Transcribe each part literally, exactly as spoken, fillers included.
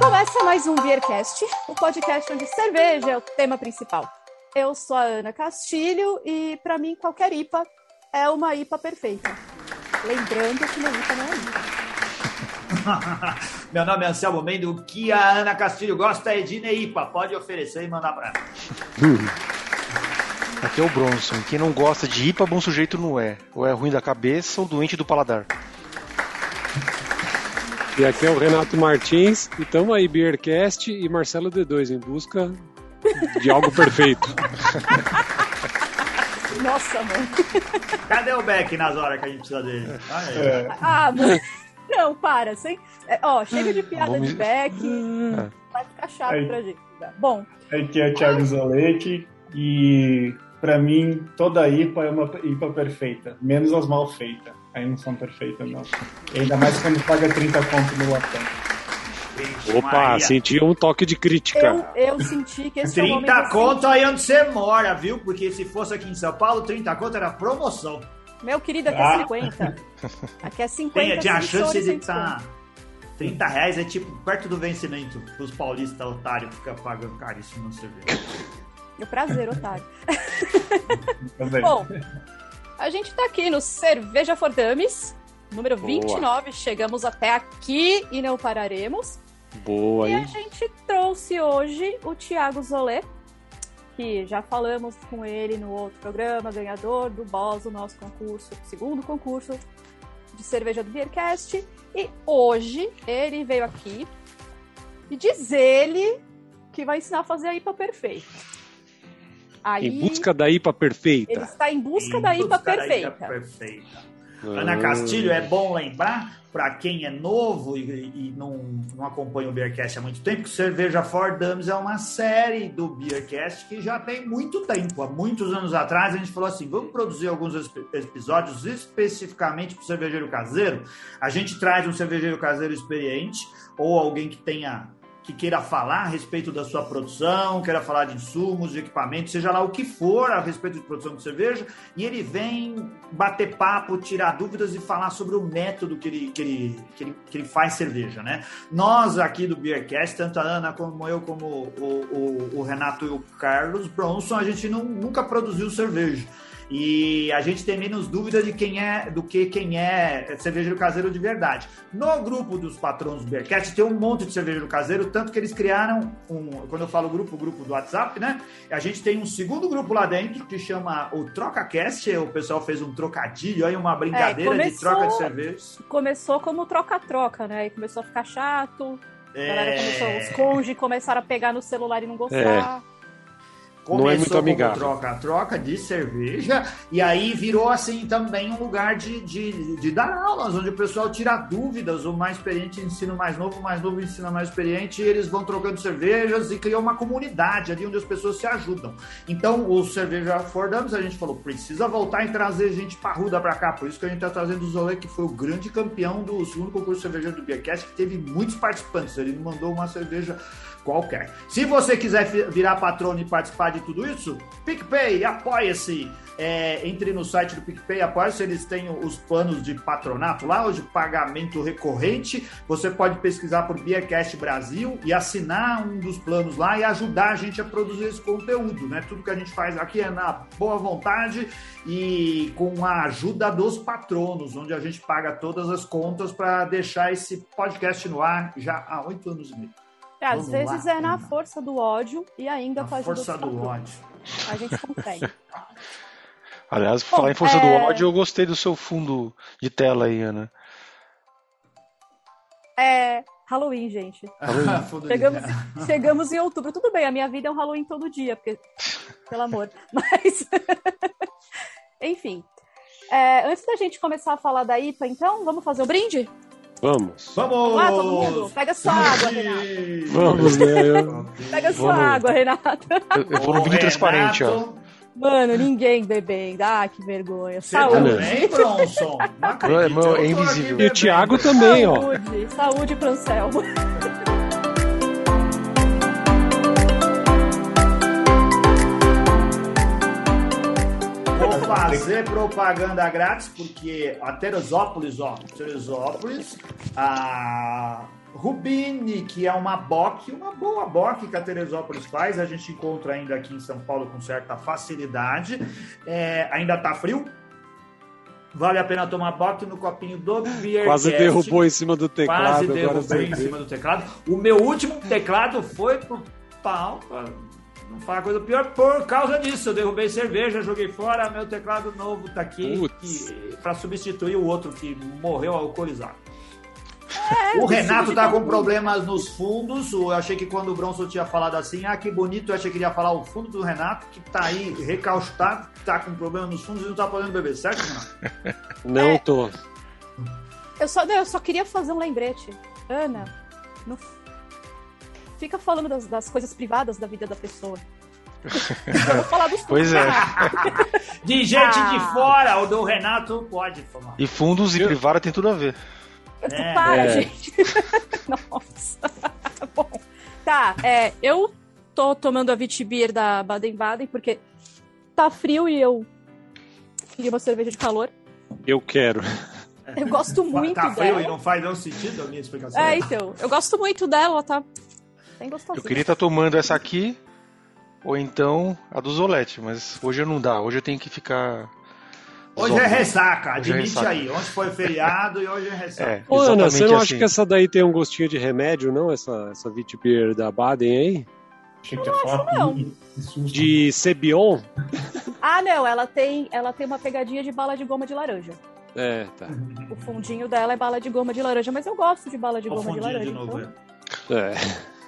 Começa mais um Beercast, o podcast onde cerveja é o tema principal. Eu sou a Ana Castilho e, pra mim, qualquer I P A é uma I P A perfeita. Lembrando que uma I P A não é I P A. Meu nome é Anselmo Mendes, o que a Ana Castilho gosta é de I P A. Pode oferecer e mandar pra ela. Aqui é o Bronson. Quem não gosta de I P A, bom sujeito não é. Ou é ruim da cabeça ou doente do paladar. E aqui é o Renato Martins, e estamos aí, Beercast e Marcelo D dois, em busca de algo perfeito. Nossa, mano. Cadê o Beck nas horas que a gente precisa dele? Ah, é. É. ah mano. Não, para. Sem... É, ó, chega de piada Vamos... de Beck. É. Vai ficar chato aí, pra gente. Bom. Aqui é o Thiago Zolete e, pra mim, toda I P A é uma I P A perfeita, menos as mal feitas. Aí não são perfeitas, não. E ainda mais quando paga trinta conto no latão. Opa, Maria. Senti um toque de crítica. Eu, eu senti que esse trinta conto aí onde você mora, viu? Porque se fosse aqui em São Paulo, trinta conto era promoção. Meu querido, aqui é ah. cinquenta. Aqui é cinquenta. Tem, tinha a chance de estar... trinta reais é tipo perto do vencimento pros paulistas otários que ficam pagando caríssimo no cerveja. É prazer, otário. Bom... A gente tá aqui no Cerveja for Dummies, número Boa. vinte e nove. Chegamos até aqui e não pararemos. Boa, e hein? a gente trouxe hoje o Thiago Zolé, que já falamos com ele no outro programa, ganhador do Boss, do nosso concurso, segundo concurso de cerveja do Beercast. E hoje ele veio aqui e diz ele que vai ensinar a fazer a I P A perfeita. Aí, em busca da I P A perfeita. Ele está em busca em da I P A perfeita. I P A perfeita. Ah. Ana Castilho, é bom lembrar, para quem é novo e, e não, não acompanha o Beercast há muito tempo, que Cerveja for Dummies é uma série do Beercast que já tem muito tempo. Há muitos anos atrás a gente falou assim, vamos produzir alguns episódios especificamente para o cervejeiro caseiro. A gente traz um cervejeiro caseiro experiente ou alguém que tenha... que queira falar a respeito da sua produção, queira falar de insumos, de equipamentos, seja lá o que for a respeito de produção de cerveja, e ele vem bater papo, tirar dúvidas e falar sobre o método que ele, que ele, que ele, que ele faz cerveja, né? Nós aqui do Beercast, tanto a Ana como eu, como o, o, o Renato e o Carlos Bronson, a gente não, nunca produziu cerveja. E a gente tem menos dúvida de quem é, do que quem é cervejeiro caseiro de verdade. No grupo dos patrões do Beercast tem um monte de cervejeiro caseiro, tanto que eles criaram um, quando eu falo grupo, o grupo do WhatsApp, né? A gente tem um segundo grupo lá dentro que chama o TrocaCast. O pessoal fez um trocadilho aí, uma brincadeira é, começou, de troca de cervejas. Começou como troca-troca, né? E começou a ficar chato. É... A galera começou, os cônjuges começaram a pegar no celular e não gostar. É. Começou não é muito amigável. Troca-troca de cerveja, e aí virou assim também um lugar de, de, de dar aulas, onde o pessoal tira dúvidas, o mais experiente ensina o mais novo, o mais novo ensina o mais experiente, e eles vão trocando cervejas e criam uma comunidade ali onde as pessoas se ajudam. Então, o Cerveja for Dummies, a gente falou, precisa voltar e trazer gente parruda pra cá, por isso que a gente tá trazendo o Zolé, que foi o grande campeão do segundo concurso cervejeiro do Beercast, que teve muitos participantes, ele mandou uma cerveja qualquer. Se você quiser virar patrono e participar de tudo isso, PicPay, apoia-se. É, entre no site do PicPay, apoia-se, eles têm os planos de patronato lá, de pagamento recorrente. Você pode pesquisar por Beercast Brasil e assinar um dos planos lá e ajudar a gente a produzir esse conteúdo, né? Tudo que a gente faz aqui é na boa vontade e com a ajuda dos patronos, onde a gente paga todas as contas para deixar esse podcast no ar já há oito anos e meio. É, às Vamos vezes lá, é na força do ódio e ainda na com a ajuda força do ódio. A gente consegue. Aliás, Bom, falar em força é... do ódio, eu gostei do seu fundo de tela aí, Ana. É Halloween, gente. Halloween. chegamos, chegamos em outubro. Tudo bem, a minha vida é um Halloween todo dia, porque, pelo amor. Mas, enfim. É, antes da gente começar a falar da I P A, então, vamos fazer o brinde? Vamos. Vamos. Vamos lá, todo mundo. Pega sua água, Renato. Vamos, né? Eu... Pega sua Vamos. água, Renato. Eu, eu vou no vídeo transparente, ó. Mano, ninguém bebendo. Ah, que vergonha. Você saúde. Também, Bronson? Não acredito. É invisível. E o Thiago também, ó. Saúde. Saúde pro Anselmo. Vou fazer propaganda grátis, porque a Teresópolis, ó, Teresópolis, a... Rubini, que é uma bock, uma boa bock que a Teresópolis faz, a gente encontra ainda aqui em São Paulo com certa facilidade. É, ainda tá frio? Vale a pena tomar bock no copinho do Beercast. Quase derrubou em cima do teclado. Quase agora derrubei em cima do teclado. O meu último teclado foi pro pau, pra não falar coisa pior, por causa disso. Eu derrubei cerveja, joguei fora, meu teclado novo tá aqui para substituir o outro que morreu alcoolizado. É, o Renato tá com problemas nos fundos. Eu achei que quando o Bronson tinha falado assim, ah, que bonito, eu achei que ele ia falar o fundo do Renato, que tá aí recalcitrado, tá com problema nos fundos e não tá podendo beber, certo, Renato? Não é, tô. Eu só, eu só queria fazer um lembrete. Ana, não fica falando das, das coisas privadas da vida da pessoa. Eu vou falar dos fundos. Pois é. De gente ah. de fora, o do Renato pode falar. E fundos e privada tem tudo a ver. É, Para, é. gente. Nossa. Bom, tá, é, eu tô tomando a Vitibir da Baden-Baden porque tá frio e eu queria uma cerveja de calor. Eu quero. Eu gosto muito dela. Tá frio dela. E não faz nenhum sentido a minha explicação. É, então, eu gosto muito dela, ela tá bem gostosinha. Eu queria estar tomando essa aqui ou então a do Zolete, mas hoje não dá, hoje eu tenho que ficar... Hoje Zona. é ressaca, admite é ressaca. Aí. Ontem foi feriado e hoje é ressaca. É, Ô, Ana, você não assim. acha que essa daí tem um gostinho de remédio, não? Essa, essa Vitibir da Baden aí? Eu não acho, não. De Cebion? Ah, não, ela tem, ela tem uma pegadinha de bala de goma de laranja. É, tá. O fundinho dela é bala de goma de laranja, mas eu gosto de bala de goma de laranja. De novo, então... É.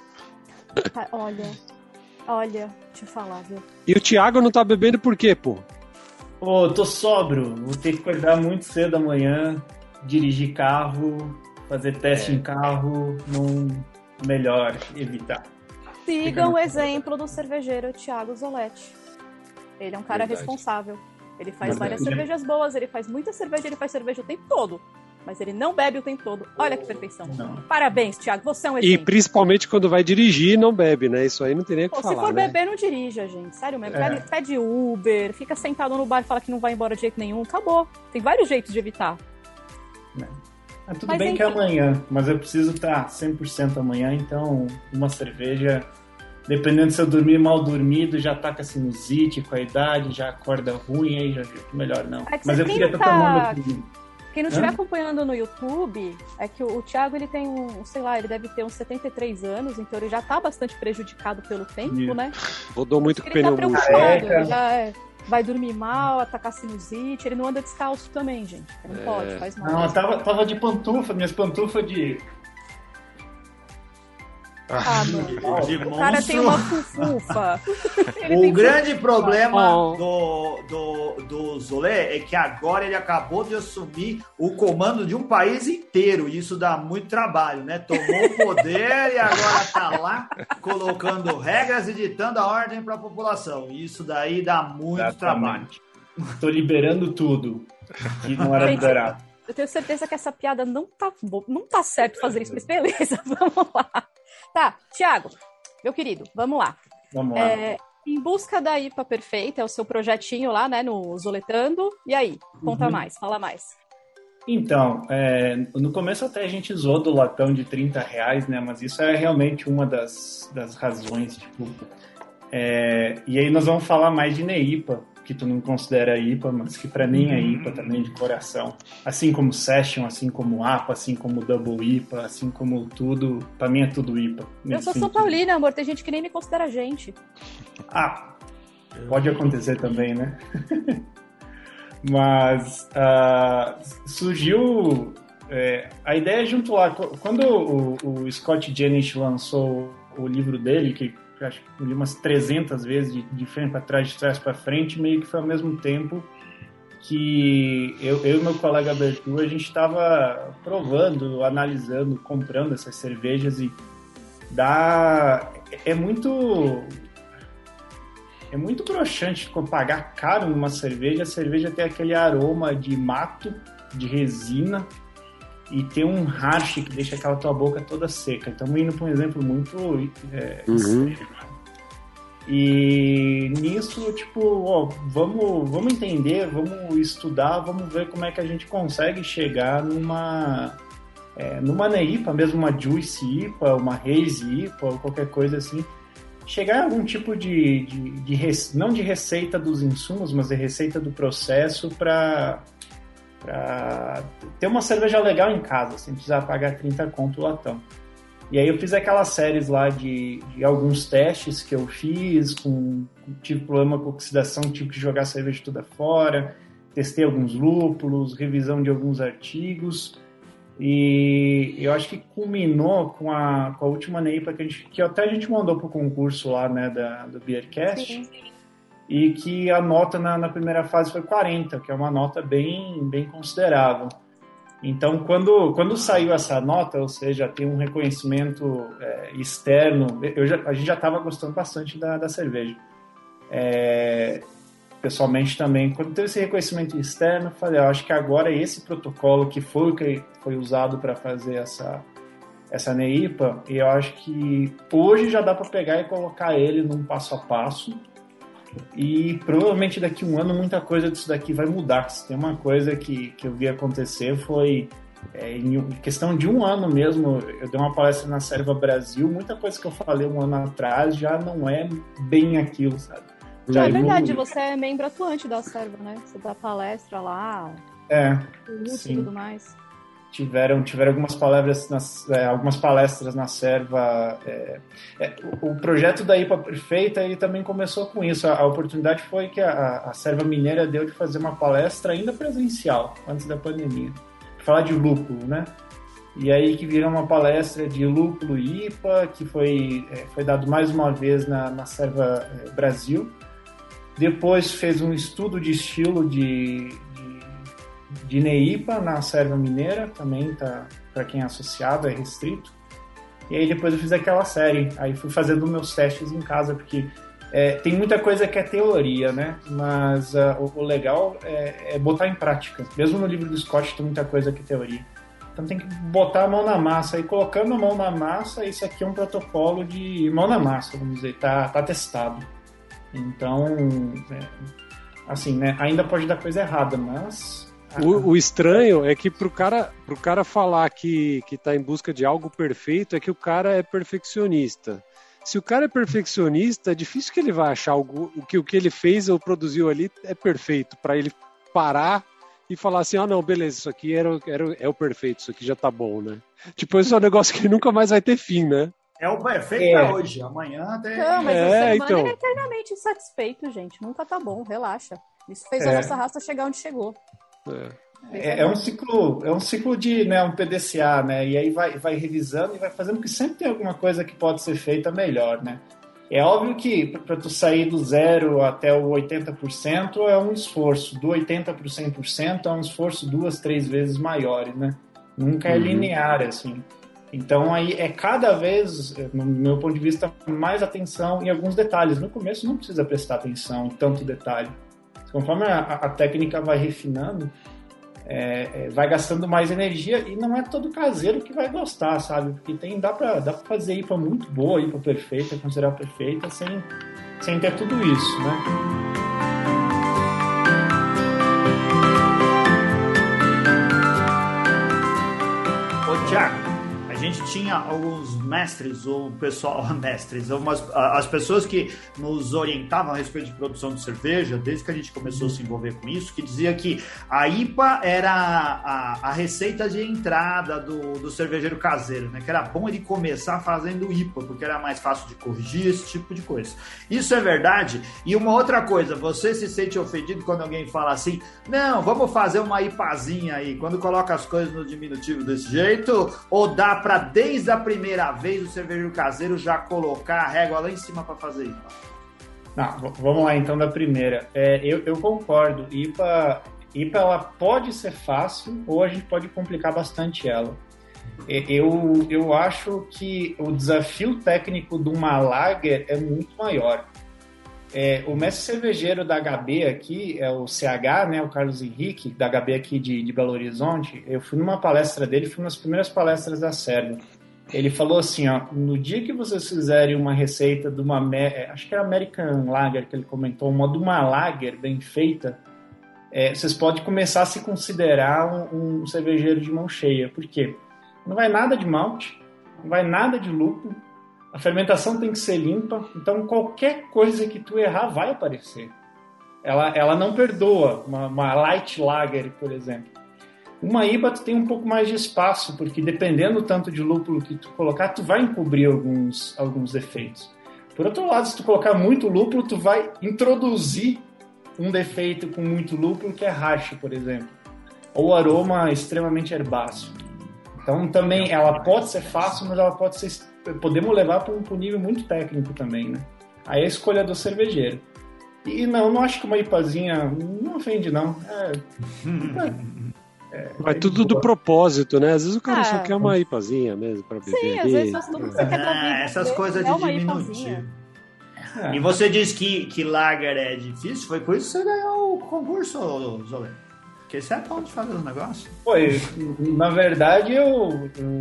Ah, olha, olha, deixa eu falar, viu? E o Thiago não tá bebendo por quê, pô? Pô, eu tô sóbrio, vou ter que acordar muito cedo amanhã, dirigir carro, fazer teste é. em carro, não melhor evitar. Sigam o exemplo do cervejeiro Thiago Zolete. Ele é um cara Verdade. responsável. Ele faz Verdade. várias cervejas boas, ele faz muita cerveja, ele faz cerveja o tempo todo. Mas ele não bebe o tempo todo. Olha que perfeição. Não. Parabéns, Thiago, você é um exemplo. E principalmente quando vai dirigir, não bebe, né? Isso aí não tem nem o que Pô, falar, se for né? beber, não dirija, gente. Sério mesmo. É. Pede Uber, fica sentado no bar e fala que não vai embora de jeito nenhum. Acabou. Tem vários jeitos de evitar. É, tudo mas bem que é amanhã, mas eu preciso estar cem por cento amanhã, então uma cerveja... Dependendo se eu dormir mal dormido, já tá com a sinusite, com a idade, já acorda ruim, aí já melhor não. É mas eu queria estar tá tomando... Quem não estiver acompanhando no YouTube, é que o, o Thiago, ele tem um, sei lá, ele deve ter uns setenta e três anos, então ele já tá bastante prejudicado pelo tempo, yeah. né? Rodou muito com o pneu pneu murcho. Ele já é, vai dormir mal, atacar sinusite, ele não anda descalço também, gente. Ele não é. pode, faz mal. Não, eu tava, tava de pantufa, minhas pantufas de... Ah, mano. O cara tem uma fufufa. O grande fufufa. problema oh. do, do, do Zolé é que agora ele acabou de assumir o comando de um país inteiro. E isso dá muito trabalho, né? Tomou o poder e agora tá lá colocando regras e ditando a ordem para a população. E isso daí dá muito Exatamente. trabalho. Tô liberando tudo que não era liberado. Eu tenho certeza que essa piada não tá, não tá certo fazer isso, mas beleza, vamos lá. Tá, Thiago, meu querido, vamos lá. Vamos lá. É, Em Busca da I P A Perfeita, é o seu projetinho lá, né, no Zoletando. E aí, conta uhum. mais, fala mais. Então, é, no começo até a gente zoou do latão de trinta reais, né, mas isso é realmente uma das, das razões, tipo... É, e aí nós vamos falar mais de Neipa, que tu não considera I P A, mas que pra mim é I P A também de coração. Assim como Session, assim como A P A, assim como Double I P A, assim como tudo, pra mim é tudo I P A. Eu sou São Paulina, amor, tem gente que nem me considera gente. Ah, pode acontecer também, né? Mas uh, surgiu é, a ideia junto lá, quando o, o Scott Jenisch lançou o livro dele, que eu acho que eu li umas trezentas vezes de, de frente para trás, de trás para frente, meio que foi ao mesmo tempo que eu, eu e meu colega Bertu, a gente estava provando, analisando, comprando essas cervejas e dá... É muito... É muito broxante pagar caro numa cerveja. A cerveja tem aquele aroma de mato, de resina, e tem um harsh que deixa aquela tua boca toda seca. Estamos indo para um exemplo muito é, uhum. extremo. E nisso, tipo, ó, vamos, vamos entender, vamos estudar, vamos ver como é que a gente consegue chegar numa... é, numa Neipa, mesmo uma Juice I P A, uma Haze I P A, ou qualquer coisa assim, chegar a algum tipo de, de, de rece... não de receita dos insumos, mas de receita do processo para ter uma cerveja legal em casa, sem precisar pagar trinta conto o latão. E aí eu fiz aquelas séries lá de, de alguns testes que eu fiz, com, tive problema com oxidação, tive que jogar a cerveja toda fora, testei alguns lúpulos, revisão de alguns artigos, e eu acho que culminou com a, com a última Neipa que, a gente, que até a gente mandou para o concurso lá, né, da, do Beercast, sim. E que a nota na, na primeira fase foi quarenta, que é uma nota bem, bem considerável. Então, quando, quando saiu essa nota, ou seja, tem um reconhecimento é, externo, eu já, a gente já estava gostando bastante da, da cerveja. É, pessoalmente também, quando teve esse reconhecimento externo, eu falei, eu acho que agora esse protocolo que foi o que foi usado para fazer essa, essa Neipa, e eu acho que hoje já dá para pegar e colocar ele num passo a passo, e provavelmente daqui a um ano muita coisa disso daqui vai mudar. Se tem uma coisa que, que eu vi acontecer foi é, em questão de um ano mesmo, eu dei uma palestra na Serva Brasil, muita coisa que eu falei um ano atrás já não é bem aquilo, sabe? Já é verdade, você é membro atuante da Serva, né? Você dá palestra lá, é, sim. E tudo mais. Tiveram, tiveram algumas palestras, nas, é, algumas palestras na Serva. É, é, o, o projeto da I P A Perfeita ele também começou com isso. A, a oportunidade foi que a, a Serva Mineira deu de fazer uma palestra ainda presencial, antes da pandemia, para falar de lúpulo, né? E aí que virou uma palestra de lúpulo I P A, que foi, é, foi dado mais uma vez na, na Serva é, Brasil. Depois fez um estudo de estilo de... de Neipa na Serva Mineira, também tá, para quem é associado, é restrito. E aí depois eu fiz aquela série, aí fui fazendo meus testes em casa, porque é, tem muita coisa que é teoria, né? Mas uh, o, o legal é, é botar em prática. Mesmo no livro do Scott tem muita coisa que é teoria. Então tem que botar a mão na massa, e colocando a mão na massa, isso aqui é um protocolo de mão na massa, vamos dizer, tá, tá testado. Então, é, assim, né? Ainda pode dar coisa errada, mas... O, o estranho é que pro cara, pro cara falar que, que tá em busca de algo perfeito é que o cara é perfeccionista. Se o cara é perfeccionista, é difícil que ele vai achar algo, o que o que ele fez ou produziu ali é perfeito, para ele parar e falar assim, ah não, beleza, isso aqui era, era, é o perfeito, isso aqui já tá bom, né? Tipo, esse é um negócio que nunca mais vai ter fim, né? É o perfeito é. hoje, amanhã até... Não, mas é, o ser humano então... é eternamente insatisfeito, gente. Nunca tá bom, relaxa. Isso fez é. a nossa raça chegar onde chegou. É, é um ciclo, é um ciclo de, né, um P D C A, né? E aí vai, vai revisando e vai fazendo, porque sempre tem alguma coisa que pode ser feita melhor, né? É óbvio que para tu sair do zero até o oitenta por cento é um esforço, do oitenta por cento por cento é um esforço duas, três vezes maior, né? Nunca é uhum. linear, assim. Então aí é cada vez, no meu ponto de vista, mais atenção em alguns detalhes. No começo não precisa prestar atenção em tanto detalhe. Conforme a, a técnica vai refinando, é, é, vai gastando mais energia, e não é todo caseiro que vai gostar, sabe? Porque tem, dá pra, dá pra fazer I P A muito boa, I P A perfeita, considerar perfeita, sem, sem ter tudo isso, né? Ô, Thiago, a gente tinha alguns mestres, ou pessoal, mestres, algumas, as pessoas que nos orientavam a respeito de produção de cerveja, desde que a gente começou a se envolver com isso, que dizia que a I P A era a, a receita de entrada do, do cervejeiro caseiro, né? Que era bom ele começar fazendo I P A, porque era mais fácil de corrigir, esse tipo de coisa. Isso é verdade. E uma outra coisa, você se sente ofendido quando alguém fala assim, não, vamos fazer uma IPAzinha aí, quando coloca as coisas no diminutivo desse jeito, ou dá pra para desde a primeira vez o cervejeiro caseiro já colocar a régua lá em cima para fazer I P A? Não, vamos lá então da primeira. É, eu, eu concordo. I P A, I P A ela pode ser fácil ou a gente pode complicar bastante ela. Eu, eu acho que o desafio técnico de uma lager é muito maior. É, o mestre cervejeiro da H B aqui, é o C H, né, o Carlos Henrique, da H B aqui de, de Belo Horizonte. Eu fui numa palestra dele, fui nas primeiras palestras da Serva. Ele falou assim, ó, no dia que vocês fizerem uma receita de uma, acho que era American Lager que ele comentou, uma de uma lager bem feita, é, vocês podem começar a se considerar um, um cervejeiro de mão cheia. Por quê? Não vai nada de malte, não vai nada de lúpulo. A fermentação tem que ser limpa, então qualquer coisa que tu errar vai aparecer. Ela, ela não perdoa, uma, uma light lager, por exemplo. Uma I P A tu tem um pouco mais de espaço, porque dependendo do tanto de lúpulo que tu colocar, tu vai encobrir alguns, alguns defeitos. Por outro lado, se tu colocar muito lúpulo, tu vai introduzir um defeito com muito lúpulo, que é hash, por exemplo. Ou aroma extremamente herbáceo. Então também ela pode ser fácil, mas ela pode ser... Podemos levar para um, para um nível muito técnico também, né? Aí é a escolha do cervejeiro. E não, não acho que uma IPAzinha não ofende, não. É, é, Vai é tudo do propósito, né? Às vezes o cara ah, só quer uma IPAzinha mesmo para beber. Sim, ali. às vezes todo mundo quer pra ah, essas coisas de diminutivo. É. E você disse que, que lager é difícil, foi por isso que você ganhou o concurso, Zolé? Porque você é bom de fazer os negócios. Foi, na verdade, eu, eu...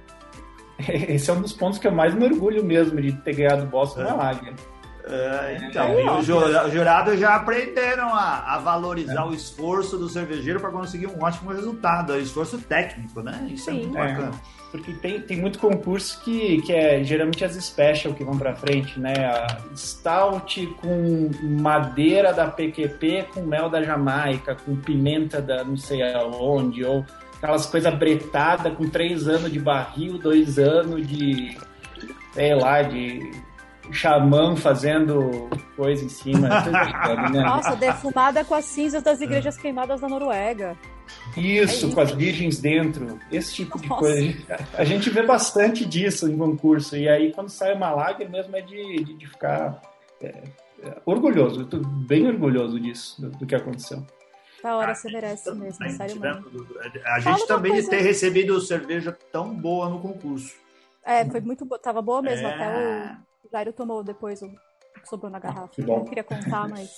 esse é um dos pontos que eu mais me orgulho mesmo de ter ganhado o Boston na Lager. É, então, é, e os jurados já aprenderam a, a valorizar é. o esforço do cervejeiro para conseguir um ótimo resultado, o esforço técnico, né? Isso Sim. é muito bacana. É, porque tem, tem muito concurso que, que é geralmente as special que vão para frente, né? A stout com madeira da P Q P com mel da Jamaica, com pimenta da não sei aonde, ou aquelas coisas bretadas com três anos de barril, dois anos de, sei lá, de xamã fazendo coisa em cima. Né? Nossa, defumada com as cinzas das igrejas queimadas da Noruega. Isso, é isso, com as virgens dentro. Esse tipo de Nossa. coisa. A gente vê bastante disso em concurso. E aí, quando sai uma lager, mesmo é de, de, de ficar é, é, orgulhoso. Eu tô bem orgulhoso disso, do, do que aconteceu. Da hora, você merece mesmo, a sério mesmo. A gente também coisa... ter recebido cerveja tão boa no concurso. É, foi muito boa. Tava boa mesmo, é... até o... O Jairo tomou depois o que sobrou na garrafa. Ah, não queria contar, mas...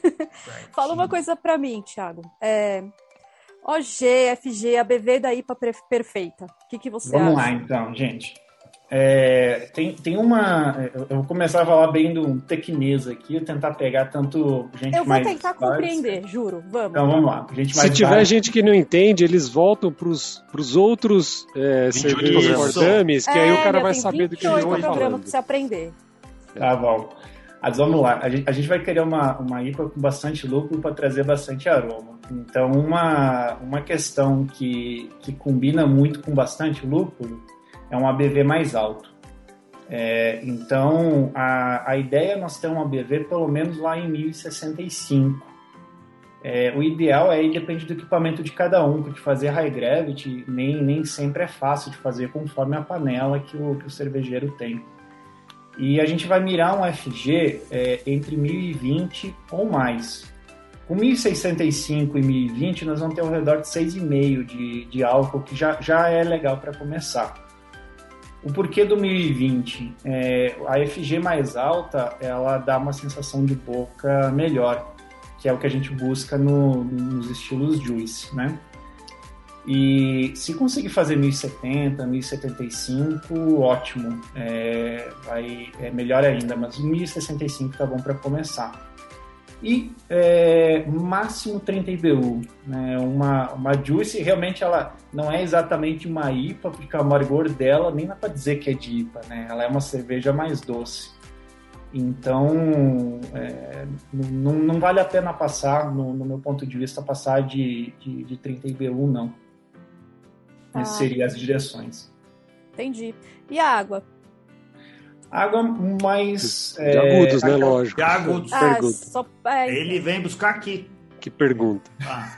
Fala uma coisa pra mim, Thiago. É... O G, F G, a B V da I P A perfeita. O que, que você Vamos acha? Vamos lá, então, gente. É, tem, tem uma... Eu vou começar a falar bem do tecnês aqui, tentar pegar tanto gente Eu vou mais tentar básica. compreender, juro. Vamos. Então, vamos lá. Gente mais Se tiver básica. gente que não entende, eles voltam pros, pros outros é, cervejas for dummies, que é, aí o cara vai tem saber do que a gente tá programa falando. pra você aprender. Tá bom. Mas vamos lá. A gente, a gente vai querer uma, uma I P A com bastante lúpulo para trazer bastante aroma. Então, uma, uma questão que, que combina muito com bastante lúpulo é um A B V mais alto. É, então, a, a ideia é nós ter um A B V pelo menos lá em mil e sessenta e cinco. É, o ideal é, depende do equipamento de cada um, porque fazer high gravity nem, nem sempre é fácil de fazer conforme a panela que o, que o cervejeiro tem. E a gente vai mirar um F G é, entre mil e vinte ou mais. Com mil e sessenta e cinco e mil e vinte, nós vamos ter ao redor de seis vírgula cinco de, de álcool, que já, já é legal para começar. O porquê do mil e vinte? É, a F G mais alta, ela dá uma sensação de boca melhor, que é o que a gente busca no, nos estilos Juice, né? E se conseguir fazer mil e setenta, mil e setenta e cinco, ótimo, é, vai, é melhor ainda, mas mil e sessenta e cinco tá bom para começar. E é, máximo trinta I B U, né? uma, uma Juice realmente ela não é exatamente uma I P A, porque o amargor dela nem dá para dizer que é de I P A, né? Ela é uma cerveja mais doce. Então, é, não, não vale a pena passar, no, no meu ponto de vista, passar de, de, de trinta I B U, não. Essas ah, seriam as direções. Entendi. E a água? Água mais... De é, agudos, né? Lógico. De agudos. Ah, só, é, Ele vem buscar aqui. Que pergunta. Ah.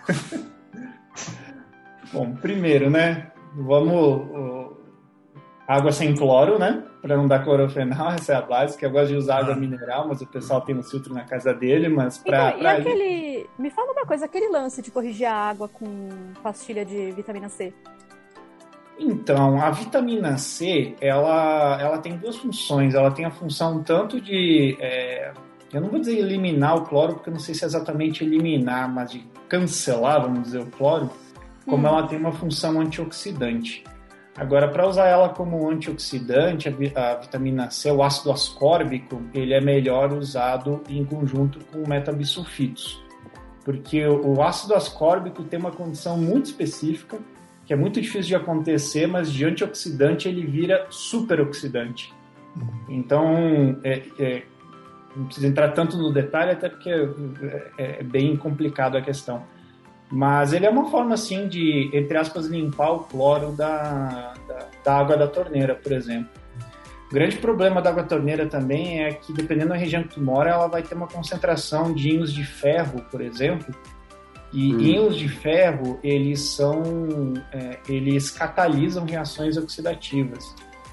Bom, primeiro, né? Vamos... Uh, água sem cloro, né? Para não dar clorofenol, essa é a básica. Eu gosto de usar ah. água mineral, mas o pessoal tem um filtro na casa dele, mas para... Então, e aquele... Me fala uma coisa, aquele lance de corrigir a água com pastilha de vitamina C? Então, a vitamina C, ela, ela tem duas funções. Ela tem a função tanto de... É, eu não vou dizer eliminar o cloro, porque eu não sei se é exatamente eliminar, mas de cancelar, vamos dizer, o cloro, como hum. ela tem uma função antioxidante. Agora, para usar ela como antioxidante, a, a vitamina C, o ácido ascórbico, ele é melhor usado em conjunto com metabisulfitos. Porque o, o ácido ascórbico tem uma condição muito específica, que é muito difícil de acontecer, mas de antioxidante ele vira superoxidante. Então, é, é, não precisa entrar tanto no detalhe, até porque é, é bem complicado a questão. Mas ele é uma forma, assim, de, entre aspas, limpar o cloro da, da, da água da torneira, por exemplo. O grande problema da água torneira também é que, dependendo da região que tu mora, ela vai ter uma concentração de íons de ferro, por exemplo. E hum. íons de ferro, eles são, é, eles catalisam reações oxidativas.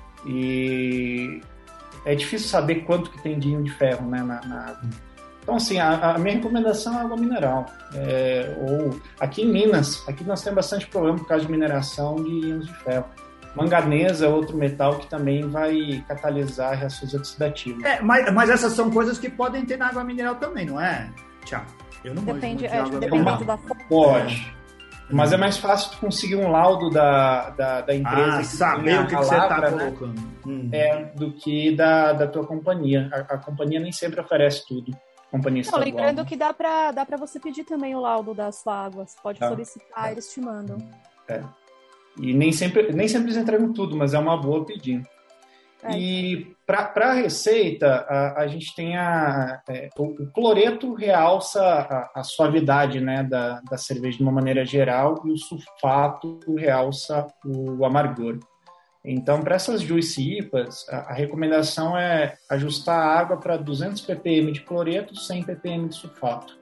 E é difícil saber quanto que tem de íon de ferro, né, na, na água. Então, assim, a, a minha recomendação é água mineral. É, ou aqui em Minas, aqui nós temos bastante problema por causa de mineração de íons de ferro. Manganesa é outro metal que também vai catalisar reações oxidativas. É, mas, mas essas são coisas que podem ter na água mineral também, não é, Thiago? Eu não depende, é, água depende da fonte. Pode. Mas é mais fácil conseguir um laudo da, da, da empresa ah, que saber o que, que você está colocando. Né? Hum. É, do que da, da tua companhia. A, a companhia nem sempre oferece tudo. Companhia estadual. Não, lembrando que dá para dá para você pedir também o laudo da sua água. Você pode tá. solicitar, é. eles te mandam. É. E nem sempre, nem sempre eles entregam tudo, mas é uma boa pedir. É. E para a receita, a, a gente tem a, é, o, o cloreto realça a, a suavidade, né, da, da cerveja de uma maneira geral, e o sulfato realça o amargor. Então, para essas Juicy I P As, a, a recomendação é ajustar a água para duzentos ppm de cloreto, cem ppm de sulfato.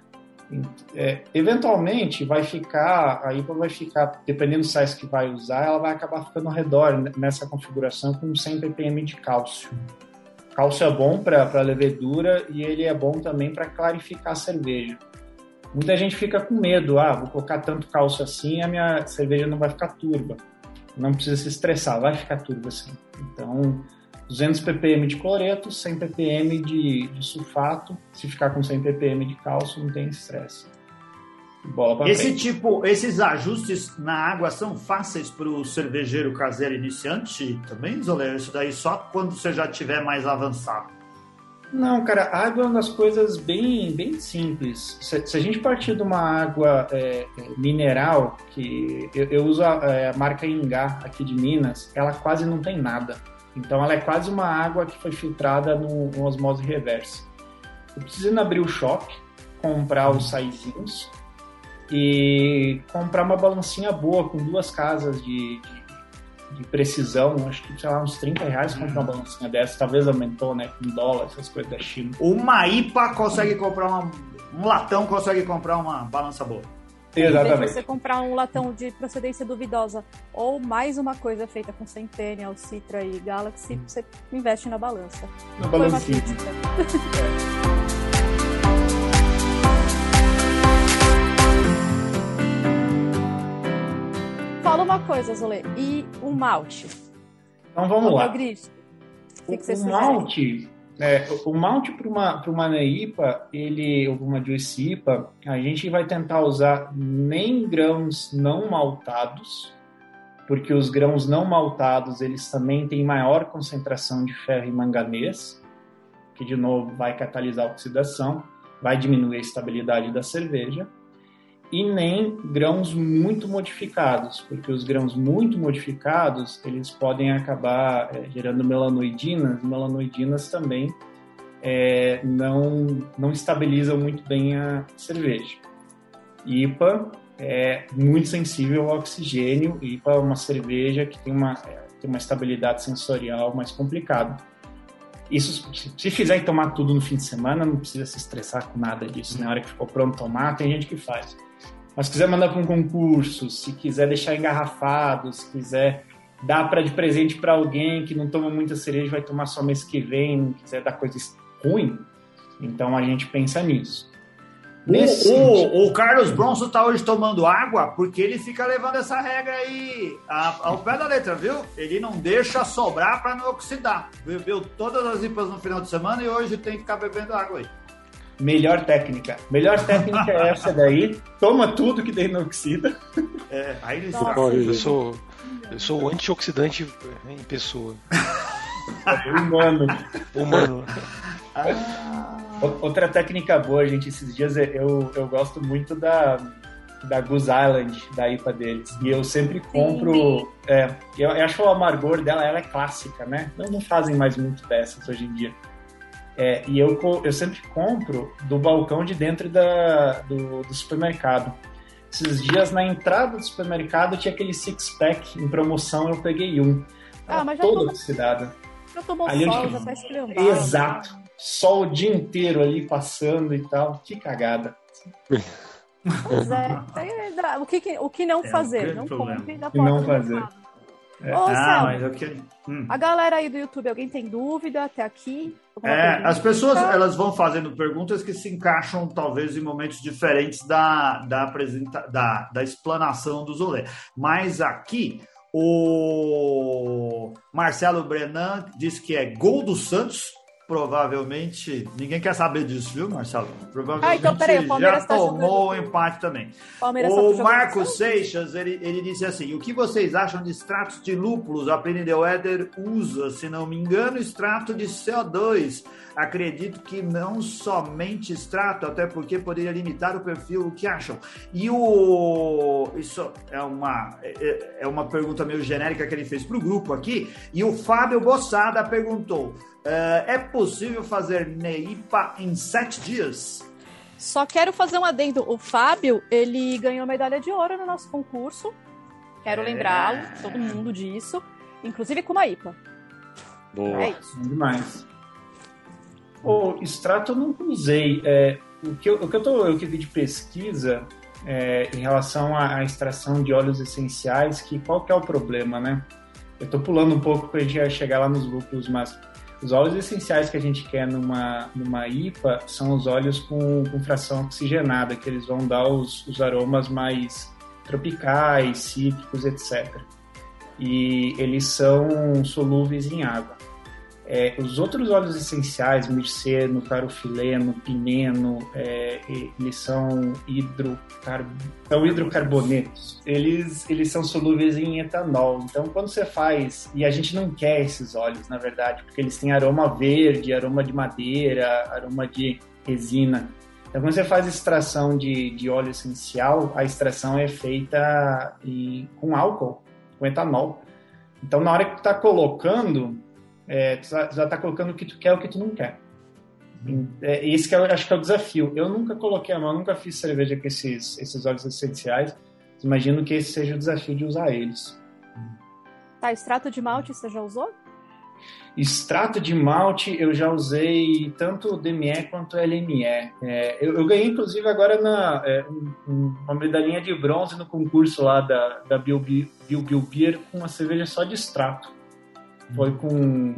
É, eventualmente vai ficar, a I P A vai ficar, dependendo do size que vai usar, ela vai acabar ficando ao redor nessa configuração com cem ppm de cálcio. Cálcio é bom para a levedura e ele é bom também para clarificar a cerveja. Muita gente fica com medo, ah, vou colocar tanto cálcio assim, a minha cerveja não vai ficar turva. Não precisa se estressar, vai ficar turva assim. Então, duzentos ppm de cloreto, cem ppm de, de sulfato. Se ficar com cem ppm de cálcio, não tem estresse. Bola pra Esse frente. tipo, esses ajustes na água são fáceis para o cervejeiro caseiro iniciante também, Zolé? Isso daí só quando você já tiver mais avançado. Não, cara, a água é uma das coisas bem, bem simples. Se, se a gente partir de uma água é, mineral, que eu, eu uso a, a marca Ingá aqui de Minas, ela quase não tem nada. Então ela é quase uma água que foi filtrada no, no osmose reversa. Eu preciso ir no Abril Shop, comprar os saizinhos e comprar uma balancinha boa com duas casas de, de, de precisão. Acho que, sei lá, uns trinta reais comprar uma balancinha dessa. Talvez aumentou, né, com dólar, essas coisas da China. Uma I P A consegue comprar uma... Um latão consegue comprar uma balança boa. Exatamente. Em vez de você comprar um latão de procedência duvidosa ou mais uma coisa feita com Centennial, Citra e Galaxy, você investe na balança. Na balancinha. Fala uma coisa, Zolê, e o malte? Então vamos lá. O, que que o malte, é, o malte para uma, para uma I P A, ele, ou uma Juicy I P A, a gente vai tentar usar nem grãos não maltados, porque os grãos não maltados, eles também têm maior concentração de ferro e manganês, que de novo vai catalisar a oxidação, vai diminuir a estabilidade da cerveja. E nem grãos muito modificados, porque os grãos muito modificados, eles podem acabar é, gerando melanoidinas, e melanoidinas também é, não, não estabilizam muito bem a cerveja. I P A é muito sensível ao oxigênio, I P A é uma cerveja que tem uma, é, tem uma estabilidade sensorial mais complicada. Isso, se fizer tomar tudo no fim de semana, não precisa se estressar com nada disso. Na hora que ficou pronto tomar, tem gente que faz. Mas se quiser mandar para um concurso, se quiser deixar engarrafado, se quiser dar para de presente para alguém que não toma muita cerveja, vai tomar só mês que vem, não quiser dar coisa ruim, então a gente pensa nisso. O, o, o Carlos Bronson está hoje tomando água porque ele fica levando essa regra aí ao pé da letra, viu? Ele não deixa sobrar para não oxidar. Bebeu todas as I P As no final de semana e hoje tem que ficar bebendo água aí. Melhor técnica. Melhor técnica é essa daí. Toma tudo que daí não oxida. É, aí ele Nossa, eu sou Eu sou o antioxidante em pessoa. Humano. Humano. Ah. Outra técnica boa, gente, esses dias eu, eu gosto muito da, da Goose Island, da I P A deles. E eu sempre compro... É, eu, eu acho o amargor dela, ela é clássica, né? Não, não fazem mais muito dessas hoje em dia. É, e eu, eu sempre compro do balcão de dentro da, do, do supermercado. Esses dias, na entrada do supermercado, tinha aquele six-pack em promoção, eu peguei um. Ah, mas já toda tomou, oxidada. já tomou Ali sol, eu- já tá esculhambado. Exato. Sol o dia inteiro ali passando e tal. Que cagada. Pois é. É, dá- O que, que- o que não É um fazer? grande Não problema. compre da E não porta do fazer. mercado. É. Ô, Ah, Selma, mas eu queria... Hum. a galera aí do YouTube, alguém tem dúvida até aqui? Alguma É, pergunta? as pessoas elas vão fazendo perguntas que se encaixam talvez em momentos diferentes da, da, apresenta, da, da explanação do Zolé. Mas aqui o Marcelo Brenan diz que é gol do Santos. Provavelmente, ninguém quer saber disso, viu, Marcelo? Provavelmente Ah, então, peraí, o Palmeiras já tá tomou o jogando- empate também. Palmeiras tá O jogando Marcos Santos? Seixas, ele, ele disse assim, o que vocês acham de extratos de lúpulos? A Penideuéder usa, se não me engano, extrato de C O dois. Acredito que não somente extrato, até porque poderia limitar o perfil. O que acham? E o... Isso é uma, é, é uma pergunta meio genérica que ele fez para o grupo aqui. E o Fábio Bossada perguntou, é, é possível fazer Neipa em sete dias? Só quero fazer um adendo. O Fábio, ele ganhou medalha de ouro no nosso concurso. Quero É. lembrá-lo, todo mundo disso. Inclusive com uma I P A. Boa. É isso. Bom demais. O extrato eu nunca usei. É, o, que eu, o que eu tô, eu que vi de pesquisa é, em relação à, à extração de óleos essenciais, que qual que é o problema, né? Eu tô pulando um pouco para a gente chegar lá nos lúpulos, mas os óleos essenciais que a gente quer numa, numa I P A são os óleos com, com fração oxigenada, que eles vão dar os, os aromas mais tropicais, cítricos, etcétera. E eles são solúveis em água. É, os outros óleos essenciais, mirceno, carofileno, pineno, é, eles são, hidrocar... são hidrocarbonetos. Eles, eles são solúveis em etanol. Então, quando você faz... E a gente não quer esses óleos, na verdade, porque eles têm aroma verde, aroma de madeira, aroma de resina. Então, quando você faz extração de, de óleo essencial, a extração é feita em, com álcool, com etanol. Então, na hora que tu está colocando... É, tu já está colocando o que tu quer e o que tu não quer. É, esse que eu acho que é o desafio. Eu nunca coloquei a mão, nunca fiz cerveja com esses, esses óleos essenciais. Imagino que esse seja o desafio de usar eles. Tá, extrato de malte você já usou? Extrato de malte eu já usei tanto D M E quanto L M E. É, eu, eu ganhei inclusive agora na, é, um, uma medalhinha de bronze no concurso lá da, da Bill Bill Beer com uma cerveja só de extrato. Foi com...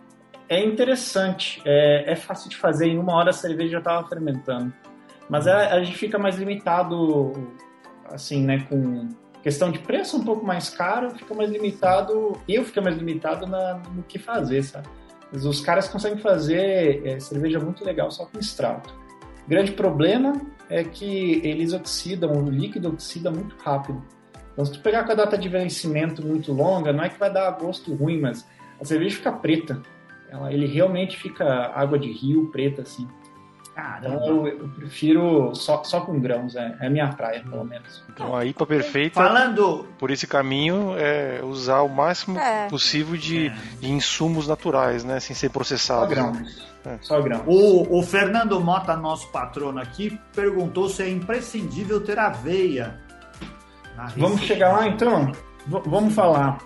É interessante, é, é fácil de fazer, em uma hora a cerveja já estava fermentando. Mas a, a gente fica mais limitado, assim, né, com questão de preço um pouco mais caro, fica mais limitado, eu fico mais limitado na, no que fazer, sabe? Mas os caras conseguem fazer é, cerveja muito legal só com extrato. O grande problema é que eles oxidam, o líquido oxida muito rápido. Então, se tu pegar com a data de vencimento muito longa, não é que vai dar gosto ruim, mas a cerveja fica preta. Ela, ele realmente fica água de rio preta, assim. Então, eu, eu prefiro só, só com grãos, é, é a minha praia, pelo menos. Então a I P A perfeita, Falando... por esse caminho, é usar o máximo É. possível de, de insumos naturais, né? Sem ser Só processados. grãos. É. Só grãos. O, o Fernando Mota, nosso patrono aqui, perguntou se é imprescindível ter aveia. na Vamos receita. chegar lá, então? V- vamos falar.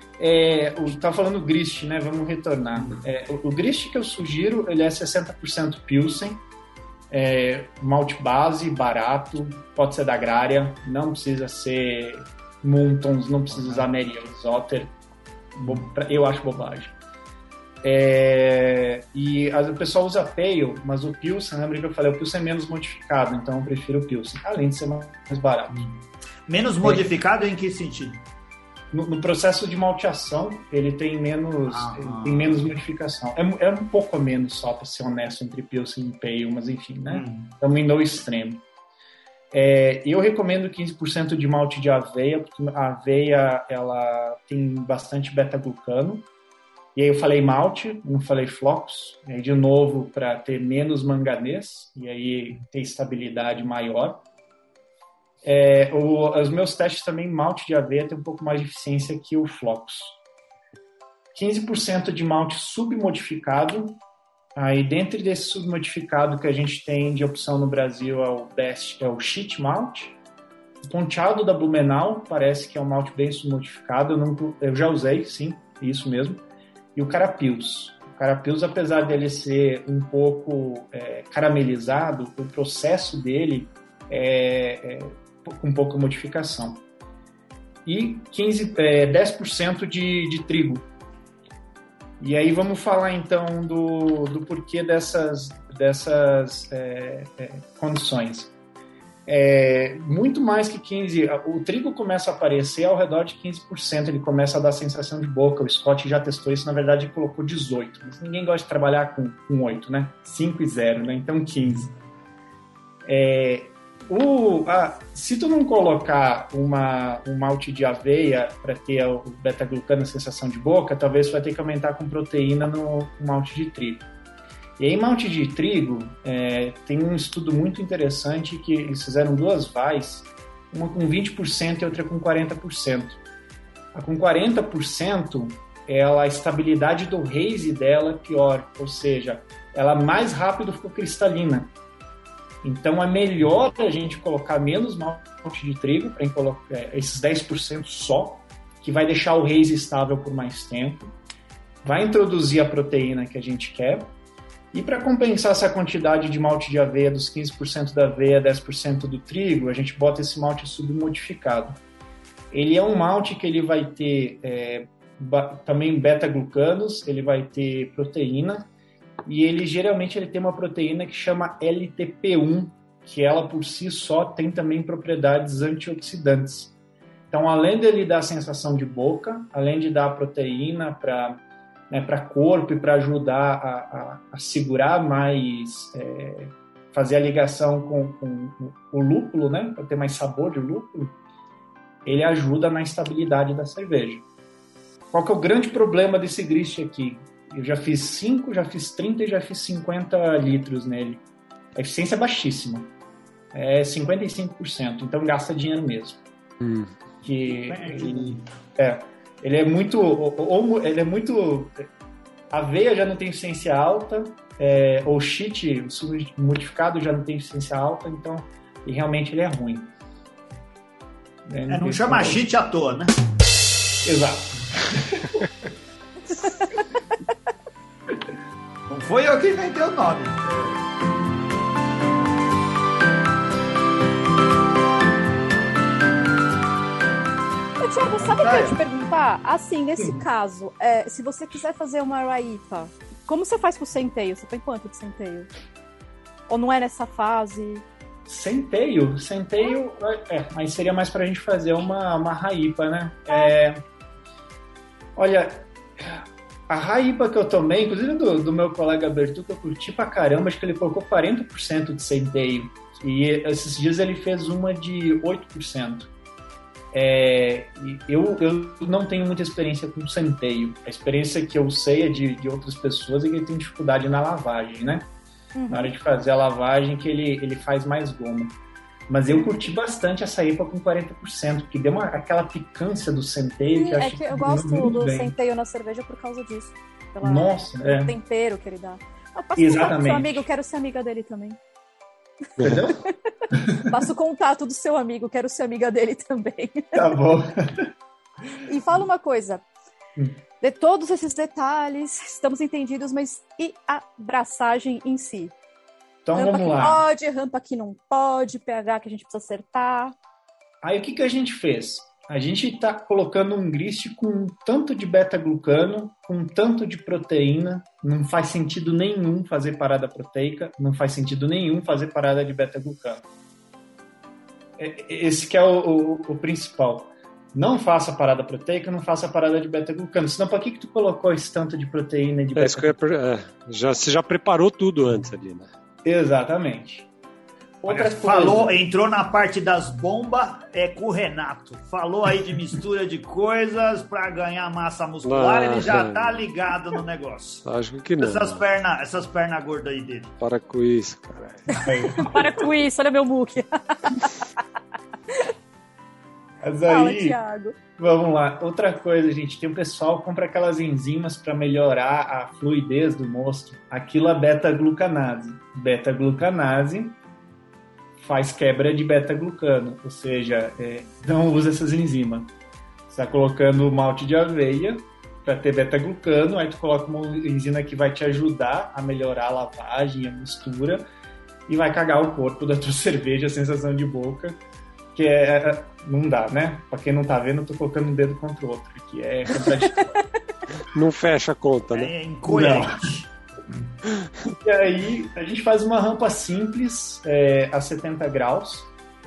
É, o, tá falando o grist, né? Vamos retornar. É, o, o grist que eu sugiro, ele é sessenta por cento Pilsen, é, malte base, barato, pode ser da Agrária, não precisa ser Muntons, não precisa usar Merian, Zotter, bo- pra- eu acho bobagem. É, e a- o pessoal usa Pale, mas o Pilsen, lembra que eu falei, o Pilsen é menos modificado, então eu prefiro o Pilsen, além de ser mais barato. Menos modificado em que sentido? No, no processo de malteação, ele tem menos, Ah. ele tem menos modificação. É, mu- é um pouco a menos, só para ser honesto, entre Pilsen e Pale, mas enfim, né? Hum. Estamos indo ao extremo. É, eu recomendo quinze por cento de malte de aveia, porque a aveia ela tem bastante beta-glucano. E aí eu falei malte, não falei flocos. E aí, de novo, para ter menos manganês, e aí ter estabilidade maior. É, o, os meus testes também, malte de aveia tem um pouco mais de eficiência que o flocos. quinze por cento de malte submodificado. Aí, dentro desse submodificado que a gente tem de opção no Brasil, é o Best, é o Sheet Malt. O Ponteado da Blumenau, parece que é um malte bem submodificado. Eu, não, eu já usei, sim, isso mesmo. E o Carapils. O Carapils, apesar dele ser um pouco é, caramelizado, o processo dele é, é com pouca modificação. E quinze, é, dez por cento de, de trigo. E aí vamos falar então do, do porquê dessas, dessas é, é, condições. É, muito mais que quinze por cento, o trigo começa a aparecer ao redor de quinze por cento, ele começa a dar sensação de boca. O Scott já testou isso, na verdade ele colocou dezoito, mas ninguém gosta de trabalhar com, com oito, né? cinco e zero, né? Então quinze. É, o, a, se tu não colocar uma, um malte de aveia para ter o beta-glucano, a sensação de boca, talvez você vai ter que aumentar com proteína no, no malte de trigo. E aí, malte de trigo, é, tem um estudo muito interessante que eles fizeram duas V A Is, uma com vinte por cento e outra com quarenta por cento. A com quarenta por cento, ela, a estabilidade do haze dela é pior, ou seja, ela mais rápido ficou cristalina. Então, é melhor a gente colocar menos malte de trigo, para colocar esses dez por cento só, que vai deixar o haze estável por mais tempo, vai introduzir a proteína que a gente quer, e para compensar essa quantidade de malte de aveia, dos quinze por cento da aveia, dez por cento do trigo, a gente bota esse malte submodificado. Ele é um malte que ele vai ter é, também beta-glucanos, ele vai ter proteína, e ele geralmente ele tem uma proteína que chama L T P um, que ela por si só tem também propriedades antioxidantes. Então, além dele dar a sensação de boca, além de dar proteína para né, para corpo e para ajudar a, a, a segurar mais, é, fazer a ligação com, com o lúpulo, né, para ter mais sabor de lúpulo, ele ajuda na estabilidade da cerveja. Qual que é o grande problema desse grist aqui? Eu já fiz cinco, já fiz trinta e já fiz cinquenta litros nele. A eficiência é baixíssima. É cinquenta e cinco por cento, então gasta dinheiro mesmo. Hum. Que ele, é, ele é muito... Ou, ou, ele é muito... Aveia já não tem eficiência alta, é, ou cheat modificado já não tem eficiência alta, então e realmente ele é ruim. É, não não chama cheat à toa, né? Exato. Não foi eu que inventei o nome. Ô, Thiago, sabe o que eu ia te perguntar? Assim, nesse Sim. caso, é, se você quiser fazer uma raípa, como você faz com o centeio? Você põe quanto de centeio? Ou não é nessa fase? Centeio? Centeio, é, mas seria mais pra gente fazer uma, uma raípa, né? É, olha... A raípa que eu tomei, inclusive do, do meu colega Bertu, que eu curti pra caramba, acho que ele colocou quarenta por cento de centeio. E esses dias ele fez uma de oito por cento. É, eu, eu não tenho muita experiência com centeio. A experiência que eu sei é de, de outras pessoas e que ele tem dificuldade na lavagem, né? Uhum. Na hora de fazer a lavagem que ele, ele faz mais goma. Mas eu curti bastante essa I P A com quarenta por cento, porque deu uma, aquela picância do centeio. Sim, que eu é achei que eu gosto do bem. centeio na cerveja por causa disso. Pela, Nossa, pelo é. tempero que ele dá. Eu passo Exatamente. contato do seu amigo, quero ser amiga dele também. Entendeu? Passo o contato do seu amigo, quero ser amiga dele também. Tá bom. E fala uma coisa. Hum. De todos esses detalhes, estamos entendidos, mas e a braçagem em si? Então rampa vamos que lá. Pode, rampa que não pode, pH que a gente precisa acertar. Aí o que, que a gente fez? A gente está colocando um grist com um tanto de beta-glucano, com um tanto de proteína. Não faz sentido nenhum fazer parada proteica, não faz sentido nenhum fazer parada de beta-glucano. Esse que é o, o, o principal. Não faça parada proteica, não faça parada de beta-glucano. Senão, para que, que tu colocou esse tanto de proteína e de é, beta-glucano? É, já, você já preparou tudo antes ali, né? Exatamente. Olha, falou, entrou na parte das bombas, é com o Renato. Falou aí de mistura de coisas para ganhar massa muscular, ah, ele já é. tá ligado no negócio. Acho que não. Essas pernas essas perna gordas aí dele. Para com isso, caralho. Para com isso, olha meu muque. Mas Fala, aí, Thiago. vamos lá. Outra coisa, gente, tem um pessoal que compra aquelas enzimas para melhorar a fluidez do mosto. Aquilo é beta-glucanase. Beta-glucanase faz quebra de beta-glucano, ou seja, é, não usa essas enzimas. Você está colocando malte de aveia para ter beta-glucano, aí tu coloca uma enzima que vai te ajudar a melhorar a lavagem, a mistura, e vai cagar o corpo da tua cerveja, a sensação de boca, que é... não dá, né? Pra quem não tá vendo, eu tô colocando um dedo contra o outro, que é contraditório. Não fecha a conta, né? É incoerente. E aí, a gente faz uma rampa simples, é, a setenta graus.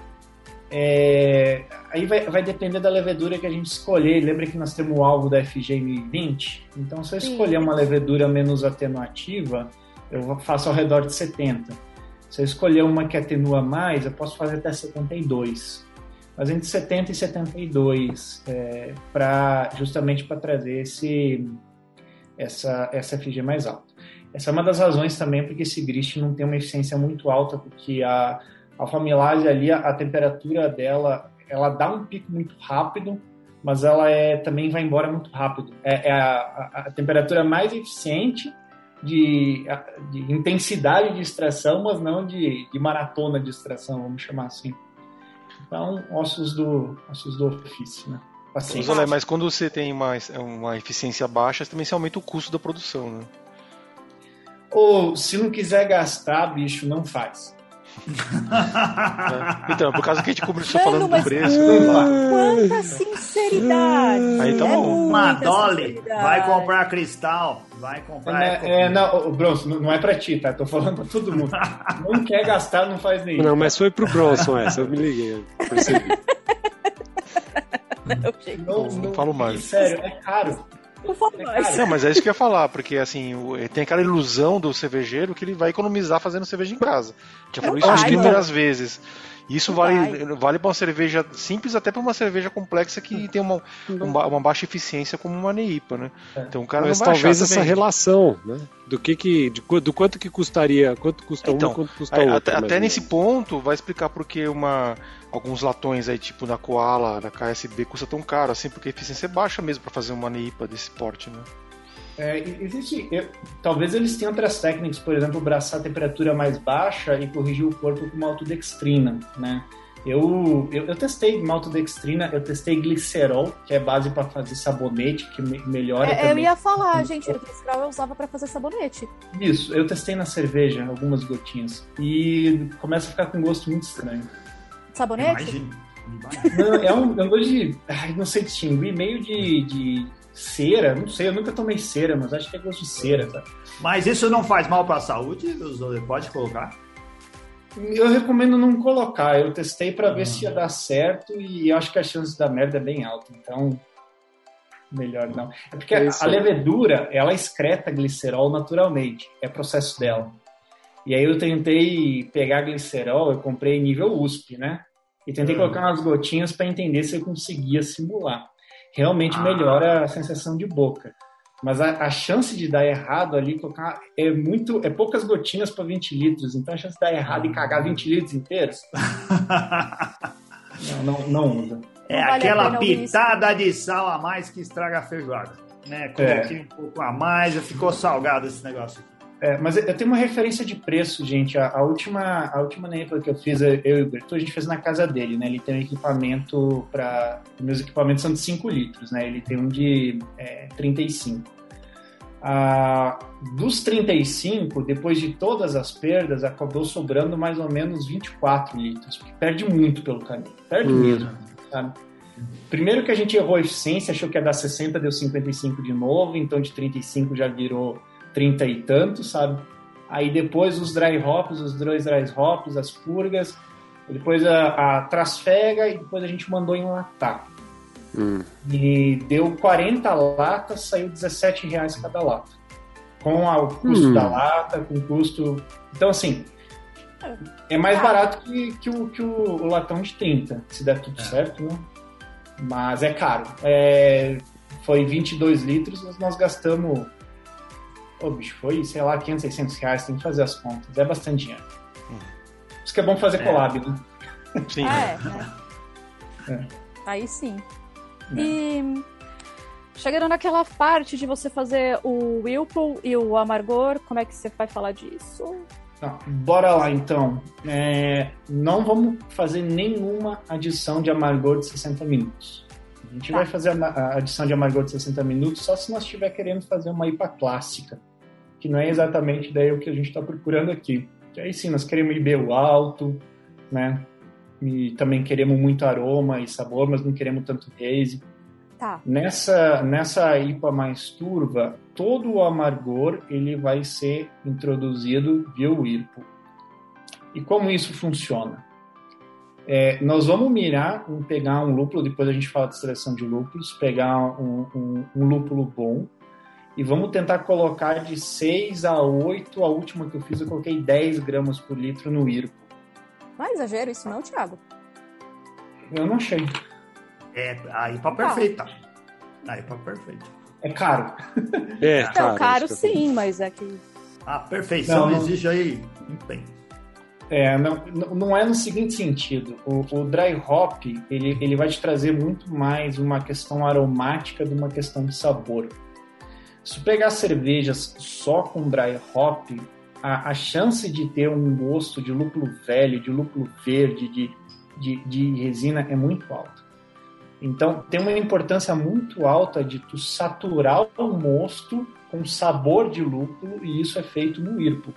É, aí vai, vai depender da levedura que a gente escolher. Lembra que nós temos o alvo da F G M vinte? Então, se eu escolher uma levedura menos atenuativa, eu faço ao redor de setenta. Se eu escolher uma que atenua mais, eu posso fazer até setenta e dois. Mas entre setenta e setenta e dois, é, pra, justamente para trazer esse, essa, essa F G mais alta. Essa é uma das razões também porque esse grist não tem uma eficiência muito alta, porque a alfamilase ali, a, a temperatura dela, ela dá um pico muito rápido, mas ela é, também vai embora muito rápido. É, é a, a, a temperatura mais eficiente de, de intensidade de extração, mas não de, de maratona de extração, vamos chamar assim. Então, ossos do, ossos do ofício, né? Zolé, mas quando você tem uma, uma eficiência baixa, também se aumenta o custo da produção, né? Ou, se não quiser gastar, bicho, não faz. É. Então, por causa que a gente começou Mano, falando mas do preço. quanta sinceridade! Aí tá É bom. Uma muita Dolly, sinceridade. vai comprar cristal, vai comprar... É, é, não, Bronson, não é pra ti, tá? Tô falando pra todo mundo. Não quer gastar, não faz nem. Não, mas foi pro Bronson essa, eu me liguei, eu percebi. Não, Não, não, não falo mais. Sério, é caro. Por favor. É caro. Não, mas é isso que eu ia falar, porque assim, o- tem aquela ilusão do cervejeiro que ele vai economizar fazendo cerveja em casa. Já falou isso vai, umas mano. inúmeras vezes. Isso Não vale, vai. vale para uma cerveja simples, até para uma cerveja complexa que tem uma, uma, uma baixa eficiência como uma Neipa, né? Então o cara Mas não vai talvez achar essa também. relação, né? Do que que, de, qu- do quanto que custaria, quanto custa Então, uma, quanto custa aí, outra. até, mais até ou nesse menos. ponto vai explicar porque uma, alguns latões aí, tipo na Koala, na K S B, custa tão caro, assim, porque a eficiência é baixa mesmo para fazer uma Neipa desse porte, né? É, existe, eu- talvez eles tenham outras técnicas, por exemplo, abraçar a temperatura mais baixa e corrigir o corpo com maltodextrina, né? Eu, eu, eu testei maltodextrina, eu testei glicerol, que é base para fazer sabonete, que me- melhora É, eu também. ia falar, gente, o glicrol eu usava pra fazer sabonete. Isso, eu testei na cerveja, algumas gotinhas, e começa a ficar com um gosto muito estranho. Sabonete? Imagina. Não, é um, é um gosto de, ai, não sei distinguir, meio de, de cera, não sei, eu nunca tomei cera, mas acho que é gosto de cera, sabe? Mas isso não faz mal para a saúde? Zolé? Pode colocar? Eu recomendo não colocar. Eu testei para ver se ia dar certo e acho que a chance da merda é bem alta. Então, melhor não. É porque É a, isso a aí. levedura, ela excreta glicerol naturalmente. É processo dela. E aí eu tentei pegar glicerol, eu comprei nível U S P, né? E tentei Hum. colocar umas gotinhas para entender se eu conseguia simular. Realmente Ah. melhora a sensação de boca. Mas a, a chance de dar errado ali, colocar é muito, é poucas gotinhas para vinte litros. Então a chance de dar errado e cagar vinte litros inteiros, não, não, não usa. É Não vale a aquela pena ouvir pitada de sal a mais que estraga a feijoada. Né? Coloquei um pouco a mais, ficou salgado esse negócio aqui. É, mas eu tenho uma referência de preço, gente. A, a última, a última Neipa que eu fiz, eu e o Berto, a gente fez na casa dele, né? Ele tem um equipamento para... Meus equipamentos são de cinco litros, né? Ele tem um de é, trinta e cinco. Ah, dos trinta e cinco, depois de todas as perdas, acabou sobrando mais ou menos vinte e quatro litros. Porque perde muito pelo caminho. Perde Hum. mesmo, sabe? Primeiro que a gente errou a eficiência, achou que ia dar sessenta, deu cinquenta e cinco de novo. Então de trinta e cinco já virou trinta e tanto, sabe? Aí depois os dry hops, os dois dry hops, as purgas, depois a, a trasfega e depois a gente mandou enlatar. Hum. E deu quarenta latas, saiu dezessete reais cada lata. Com a- o custo Hum. da lata, com o custo... Então, assim, é mais barato que, que, o, que o, o latão de trinta, se der tudo certo, né? Mas é caro. É, foi vinte e dois litros, mas nós gastamos... Ô, bicho, foi, sei lá, quinhentos, seiscentos reais, tem que fazer as contas. É bastante dinheiro. Isso que é bom fazer É. collab, né? Sim. Ah, é, é. Aí sim. É. E chegando naquela parte de você fazer o Whirlpool e o amargor, como é que você vai falar disso? Tá, bora lá então. É, não vamos fazer nenhuma adição de amargor de sessenta minutos. A gente tá. vai fazer a, a adição de amargor de sessenta minutos só se nós estiver querendo fazer uma I P A clássica, que não é exatamente daí o que a gente está procurando aqui. Que aí sim, nós queremos I B U alto, né? E também queremos muito aroma e sabor, mas não queremos tanto haze. Tá. Nessa, nessa I P A mais turva, todo o amargor ele vai ser introduzido via Whirlpool. E como isso funciona? É, nós vamos mirar em pegar um lúpulo, depois a gente fala de seleção de lúpulos, pegar um, um, um lúpulo bom e vamos tentar colocar de seis a oito, a última que eu fiz eu coloquei dez gramas por litro no Whirlpool. Não é exagero isso não, Thiago? Eu não achei. É a I P A perfeita. A I P A perfeita. É caro. É, não, caro, caro sim, mas é que... A perfeição não, não existe aí. Não tem. É, não, não é no seguinte sentido. O, o dry hop, ele, ele vai te trazer muito mais uma questão aromática do que uma questão de sabor. Se tu pegar cervejas só com dry hop, a, a chance de ter um gosto de lúpulo velho, de lúpulo verde, de, de, de resina é muito alta. Então, tem uma importância muito alta de tu saturar o mosto com sabor de lúpulo, e isso é feito no Whirlpool.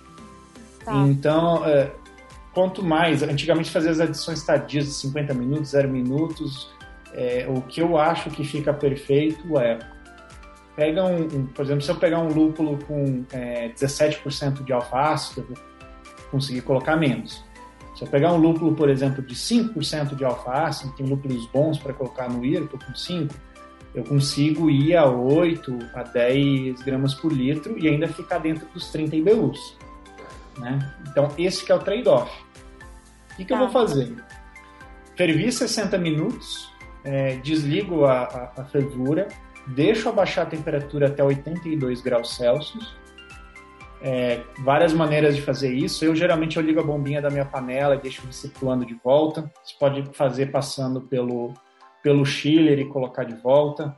Tá. Então, é, quanto mais... Antigamente fazia as adições tardias de cinquenta minutos, zero minutos. É, o que eu acho que fica perfeito é... Pega um, um, por exemplo, se eu pegar um lúpulo com é, dezessete por cento de alfa-ácido, eu vou conseguir colocar menos. Se eu pegar um lúpulo, por exemplo, de cinco por cento de alfa-ácido, tem lúpulos bons para colocar no Whirlpool com cinco, eu consigo ir a oito a dez gramas por litro e ainda ficar dentro dos trinta I B Us. Né? Então, esse que é o trade-off. O que, que ah. eu vou fazer? Fervi sessenta minutos, é, desligo a, a, a fervura, deixo abaixar a temperatura até oitenta e dois graus Celsius. É, várias maneiras de fazer isso. Eu geralmente eu ligo a bombinha da minha panela e deixo recirculando de volta. Você pode fazer passando pelo, pelo chiller e colocar de volta.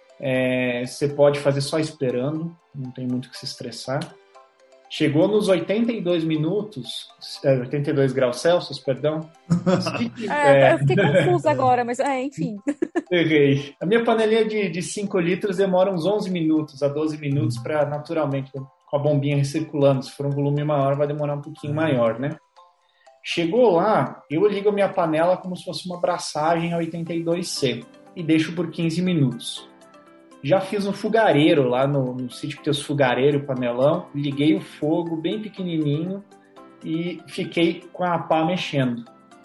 É, você pode fazer só esperando, não tem muito que se estressar. Chegou nos oitenta e dois minutos, oitenta e dois graus Celsius, perdão. É, é, eu fiquei confusa agora, mas é, enfim. Errei. A minha panelinha de, de cinco litros demora uns onze minutos a doze minutos para naturalmente, com a bombinha recirculando. Se for um volume maior, vai demorar um pouquinho maior, né? Chegou lá, eu ligo a minha panela como se fosse uma braçagem a oitenta e dois C e deixo por quinze minutos. Já fiz um fogareiro lá no, no sítio que tem os fogareiros, panelão, liguei o fogo bem pequenininho e fiquei com a pá mexendo.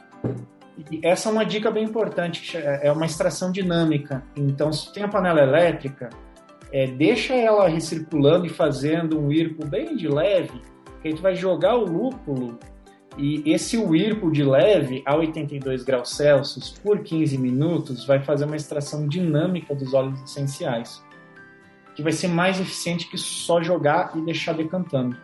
E essa é uma dica bem importante, é uma extração dinâmica. Então, se tem a panela elétrica, é, deixa ela recirculando e fazendo um Whirlpool bem de leve, que aí tu vai jogar o lúpulo e esse Whirlpool de leve a oitenta e dois graus Celsius por quinze minutos vai fazer uma extração dinâmica dos óleos essenciais, que vai ser mais eficiente que só jogar e deixar decantando.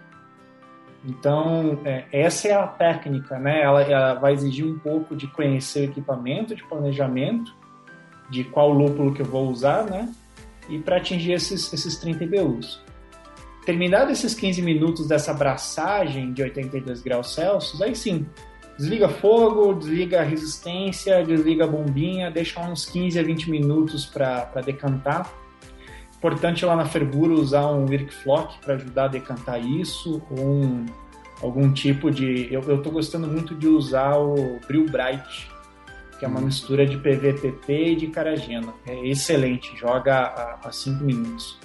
Então, é, essa é a técnica, né? Ela, ela vai exigir um pouco de conhecer o equipamento, de planejamento, de qual lúpulo que eu vou usar, né? E para atingir esses, esses trinta I B Us. Terminado esses quinze minutos dessa abraçagem de oitenta e dois graus Celsius, aí sim, desliga fogo, desliga a resistência, desliga a bombinha, deixa uns quinze a vinte minutos para decantar. Importante lá na fervura usar um Whirlpool para ajudar a decantar isso, ou um, algum tipo de... Eu estou gostando muito de usar o Bril Bright, que é uma mistura de P V P P e de caragena. É excelente, joga a cinco minutos.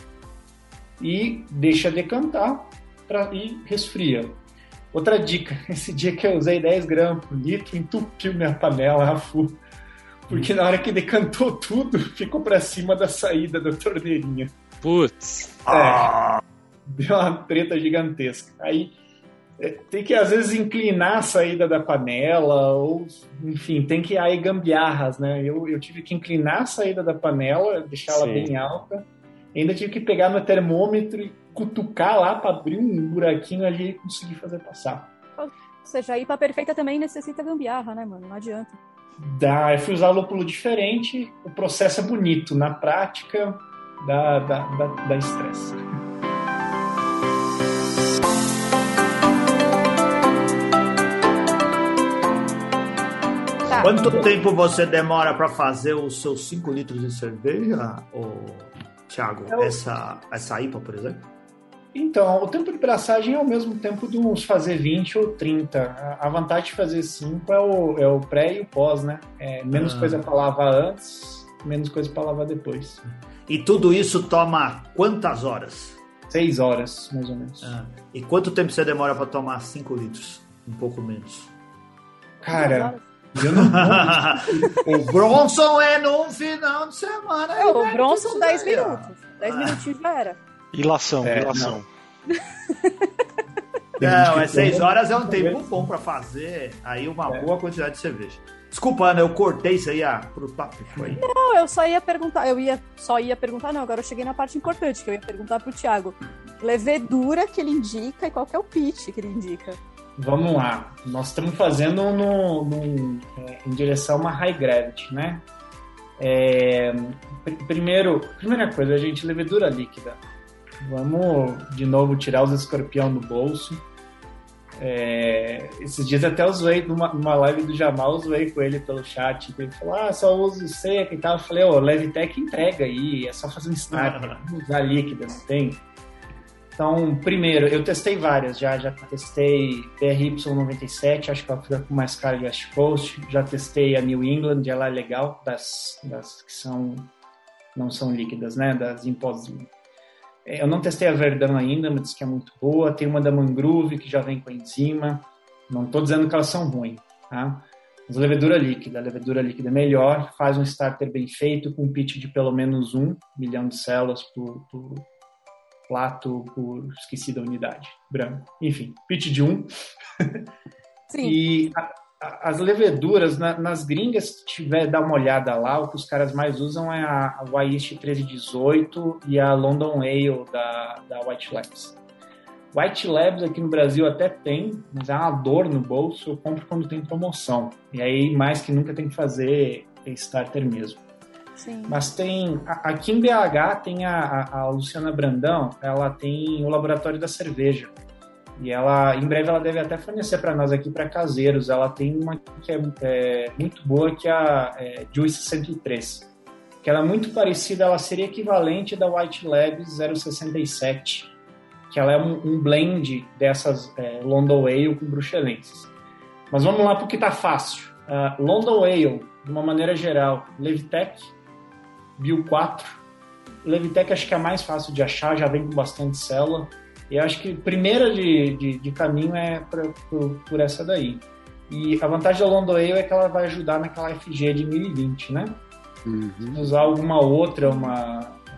E deixa decantar pra, e resfria. Outra dica, esse dia que eu usei dez gramas por litro, entupiu minha panela a full, porque na hora que decantou tudo, ficou para cima da saída da torneirinha. Putz! É, deu uma treta gigantesca. Aí é, tem que às vezes inclinar a saída da panela, ou enfim, tem que ir aí gambiarras, né? Eu, eu tive que inclinar a saída da panela, deixar ela bem alta. Ainda tive que pegar meu termômetro e cutucar lá para abrir um buraquinho ali e conseguir fazer passar. Ou seja, a I P A perfeita também necessita gambiarra, né, mano? Não adianta. dá, eu fui usar lúpulo diferente, o processo é bonito, na prática dá, dá, dá, dá estresse. Tá. Quanto tempo você demora para fazer os seus cinco litros de cerveja, ô, Thiago? Eu... Essa, essa I P A, por exemplo? Então, o tempo de braçagem é o mesmo tempo de uns fazer vinte ou trinta. A vantagem de fazer cinco é o, é o pré e o pós, né? É menos ah. coisa para lavar antes, menos coisa para lavar depois. E tudo isso toma quantas horas? Seis horas, mais ou menos. Ah. E quanto tempo você demora para tomar cinco litros? Um pouco menos. Cara... Eu não... O Bronson é num final de semana. É, o Bronson dez minutos. dez ah. minutinhos já era. Ilação, é, ilação. Não, não é seis horas é um tempo bom para fazer aí uma é. boa quantidade de cerveja. Desculpa, Ana, eu cortei isso aí ah, pro tópico aí. Não, eu só ia perguntar, eu ia, só ia perguntar, não, agora eu cheguei na parte importante, que eu ia perguntar pro Thiago. Levedura que ele indica e qual que é o pitch que ele indica? Vamos lá, nós estamos fazendo no, no, é, em direção a uma high gravity, né? É, pr- primeiro, primeira coisa, a gente, levedura líquida. Vamos, de novo, tirar os escorpião do bolso. É, esses dias até eu zoei numa, numa live do Jamal, eu zoei com ele pelo chat. Ele falou, ah, só uso seca e tal. Eu falei, ô, oh, Levitec entrega aí, é só fazer um snap, usar líquida, não tem? Então, primeiro, eu testei várias já, já testei B R Y noventa e sete, acho que ela fica com mais cara de West Coast, já testei a New England, ela é legal, das, das que são, não são líquidas, né, das impostas. Eu não testei a Verdun ainda, mas diz que é muito boa, tem uma da Mangrove que já vem com enzima, não estou dizendo que elas são ruins, tá? Mas a levedura líquida, a levedura líquida é melhor, faz um starter bem feito, com um pitch de pelo menos um milhão de células por... por plato, por esqueci da unidade, branco. Enfim, pitch de um. Sim. E a, a, as leveduras, na, nas gringas, se tiver, dá uma olhada lá, o que os caras mais usam é a, a Wyeast treze dezoito e a London Ale da, da White Labs. White Labs aqui no Brasil até tem, mas é uma dor no bolso, eu compro quando tem promoção. E aí, mais que nunca, tem que fazer starter mesmo. Sim. Mas tem, aqui em B H tem a, a, a Luciana Brandão, ela tem o laboratório da cerveja, e ela, em breve ela deve até fornecer para nós aqui, para caseiros. Ela tem uma que é, é muito boa, que é a é, Juice cento e três, que ela é muito parecida, ela seria equivalente da White Labs zero sessenta e sete, que ela é um, um blend dessas é, London Ale com bruxelenses. Mas vamos lá porque tá fácil. uh, London Ale, de uma maneira geral, Levitec, Bio quatro. Levitec acho que é a mais fácil de achar, já vem com bastante célula. E acho que a primeira de, de, de caminho é pra, por, por essa daí. E a vantagem da London Ale é que ela vai ajudar naquela F G de mil e vinte, né? Uhum. Se usar alguma outra, uma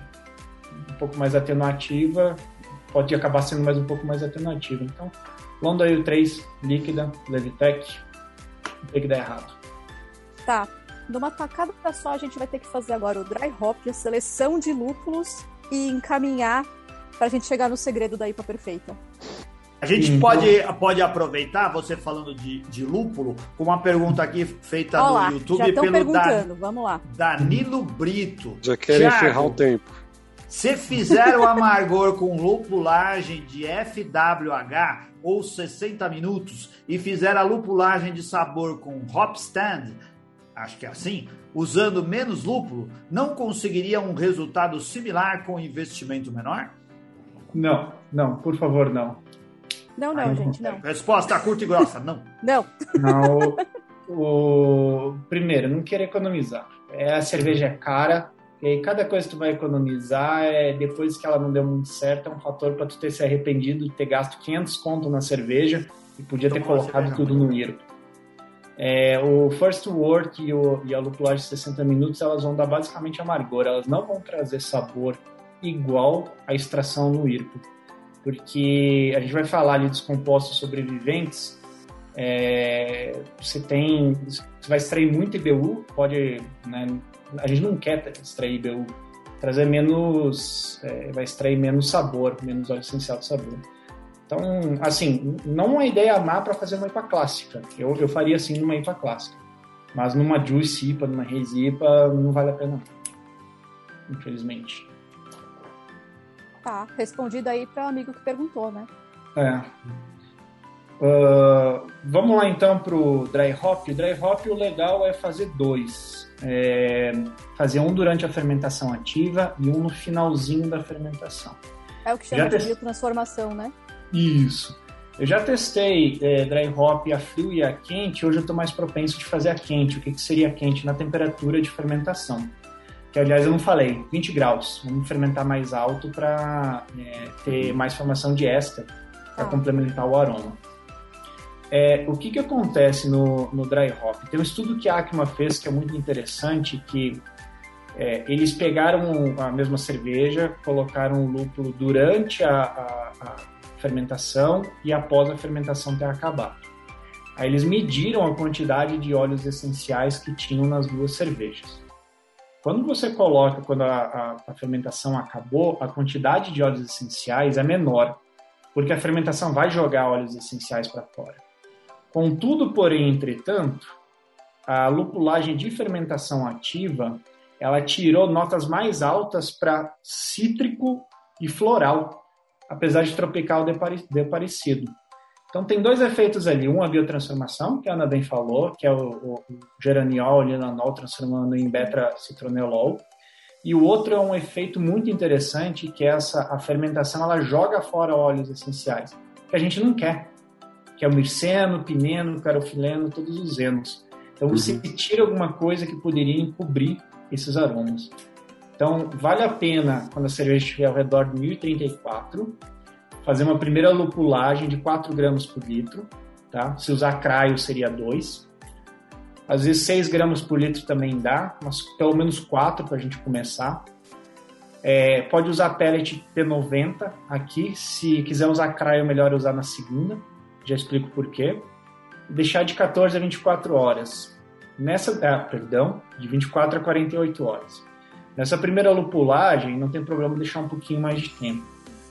um pouco mais atenuativa, pode acabar sendo mais um pouco mais atenuativa. Então, London Ale três, líquida, Levitec, tem que dar errado. Tá. De uma tacada só, a gente vai ter que fazer agora o dry hop, a seleção de lúpulos e encaminhar para a gente chegar no segredo da I P A perfeita. A gente uhum. pode, pode aproveitar, você falando de, de lúpulo, com uma pergunta aqui feita Olá, no YouTube já pelo perguntando. Dan, Vamos lá. Danilo Brito. Já querem ferrar o tempo. Se fizer o amargor com lupulagem de F W H ou sessenta minutos e fizer a lupulagem de sabor com hop stand, acho que é assim, usando menos lúpulo, não conseguiria um resultado similar com investimento menor? Não, não, por favor, não. Não, não, Ai, gente, não. Resposta curta e grossa, não. Não. Não, o, o, primeiro, não querer economizar. É, a cerveja é cara, e aí cada coisa que tu vai economizar, é, depois que ela não deu muito certo, é um fator para tu ter se arrependido de ter gasto quinhentos conto na cerveja e podia ter Tomou colocado tudo no IRPA. É, o First Wort e, o, e a lupulagem de sessenta minutos, elas vão dar basicamente amargor, elas não vão trazer sabor igual a extração no IRPA, porque a gente vai falar ali dos compostos sobreviventes. É, você tem, você vai extrair muito I B U, pode, né, a gente não quer extrair I B U, trazer menos, é, vai extrair menos sabor, menos óleo essencial de sabor. Então, assim, não é uma ideia má para fazer uma I P A clássica. Eu, eu faria assim numa I P A clássica. Mas numa Juice I P A, numa Haze I P A, não vale a pena, infelizmente. Tá, respondido aí para o amigo que perguntou, né? É. Uh, vamos lá então para o Dry Hop. Dry Hop, o legal é fazer dois. É, fazer um durante a fermentação ativa e um no finalzinho da fermentação. É o que chama Já de te... biotransformação, né? Isso. Eu já testei é, Dry Hop a frio e a quente. Hoje eu estou mais propenso de fazer a quente. O que, que seria quente? Na temperatura de fermentação. Que, aliás, eu não falei. vinte graus. Vamos fermentar mais alto para é, ter mais formação de éster, para ah. complementar o aroma. É, o que, que acontece no, no Dry Hop? Tem um estudo que a Acma fez que é muito interessante, que é, eles pegaram a mesma cerveja, colocaram o lúpulo durante a, a, a fermentação e após a fermentação ter acabado. Aí eles mediram a quantidade de óleos essenciais que tinham nas duas cervejas. Quando você coloca, quando a, a, a fermentação acabou, a quantidade de óleos essenciais é menor, porque a fermentação vai jogar óleos essenciais para fora. Contudo, porém, entretanto, a lupulagem de fermentação ativa, ela tirou notas mais altas para cítrico e floral, apesar de tropical de parecido. Então, tem dois efeitos ali. Um, a biotransformação, que a Ana bem falou, que é o, o, o geraniol, o linanol transformando em beta-citronolol. E o outro é um efeito muito interessante, que é essa, a fermentação ela joga fora óleos essenciais, que a gente não quer, que é o mirceno, pineno, carofileno, todos os enos. Então, você uhum. tira alguma coisa que poderia encobrir esses aromas. Então, vale a pena, quando a cerveja estiver ao redor de mil e trinta e quatro, fazer uma primeira lupulagem de quatro gramas por litro, tá? Se usar craio, seria dois. Às vezes seis gramas por litro também dá, mas pelo menos quatro para a gente começar. É, pode usar pellet P noventa aqui. Se quiser usar craio, melhor usar na segunda. Já explico por quê. Deixar de quatorze a vinte e quatro horas. Nessa, ah, perdão, de vinte e quatro a quarenta e oito horas. Nessa primeira lupulagem, não tem problema deixar um pouquinho mais de tempo.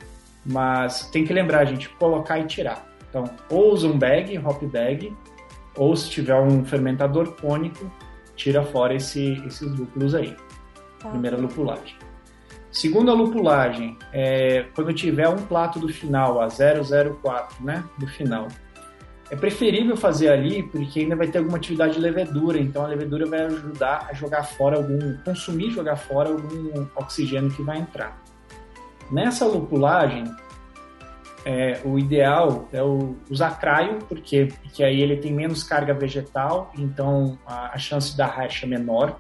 Mas tem que lembrar, gente, colocar e tirar. Então, ou usa um bag, hop bag, ou se tiver um fermentador cônico, tira fora esse, esses lúpulos aí. Tá. Primeira lupulagem. Segunda lupulagem, é, quando tiver um plato do final, a zero zero quatro, né, do final. É preferível fazer ali, porque ainda vai ter alguma atividade de levedura, então a levedura vai ajudar a jogar fora algum, consumir e jogar fora algum oxigênio que vai entrar. Nessa lupulagem, é, o ideal é o, usar craio, porque, porque aí ele tem menos carga vegetal, então a, a chance da racha é menor.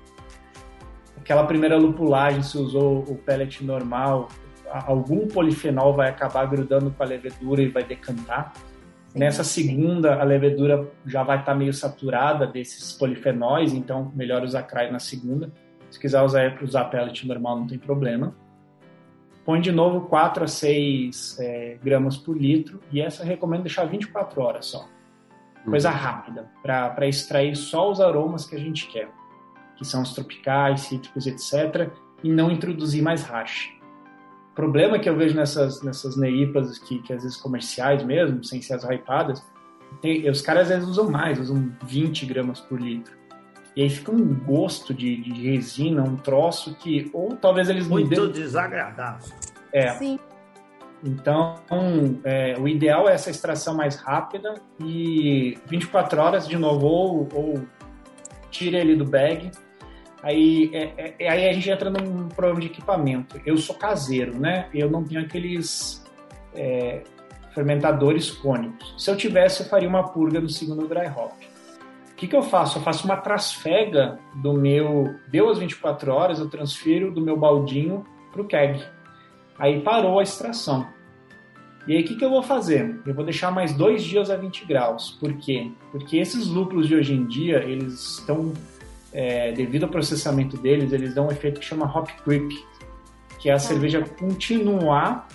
Aquela primeira lupulagem, se usou o pellet normal, algum polifenol vai acabar grudando com a levedura e vai decantar. Nessa segunda, a levedura já vai estar meio saturada desses polifenóis, então melhor usar craio na segunda. Se quiser usar, usar pellet normal, não tem problema. Põe de novo quatro a seis é, gramas por litro, e essa eu recomendo deixar vinte e quatro horas só. Coisa uhum. rápida, para extrair só os aromas que a gente quer, que são os tropicais, cítricos, etcétera, e não introduzir mais hash. O problema que eu vejo nessas, nessas neipas, que, que às vezes comerciais mesmo, sem ser as hypadas, tem, os caras às vezes usam mais, usam vinte gramas por litro. E aí fica um gosto de, de resina, um troço que, ou talvez eles muito não... Muito desagradável. É. Sim. Então, é, o ideal é essa extração mais rápida e vinte e quatro horas, de novo, ou, ou tira ele do bag. Aí, é, é, aí a gente entra num problema de equipamento. Eu sou caseiro, né? Eu não tenho aqueles é, fermentadores cônicos. Se eu tivesse, eu faria uma purga no segundo dry hop. O que, que eu faço? Eu faço uma trasfega do meu... Deu as vinte e quatro horas, eu transfiro do meu baldinho para o keg. Aí parou a extração. E aí o que, que eu vou fazer? Eu vou deixar mais dois dias a vinte graus. Por quê? Porque esses lúpulos de hoje em dia, eles estão... É, devido ao processamento deles, eles dão um efeito que chama hop creep, que é a ah. cerveja continuar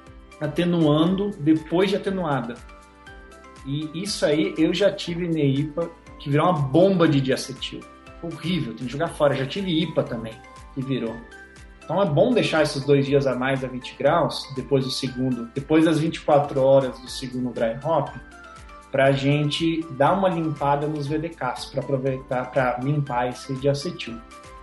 atenuando depois de atenuada. E isso aí, eu já tive na I P A que virou uma bomba de diacetil. Horrível, tem que jogar fora. Já tive I P A também, que virou. Então é bom deixar esses dois dias a mais a vinte graus, depois do segundo, depois das vinte e quatro horas do segundo dry hop, para a gente dar uma limpada nos V D Ks, para aproveitar para limpar esse diacetil.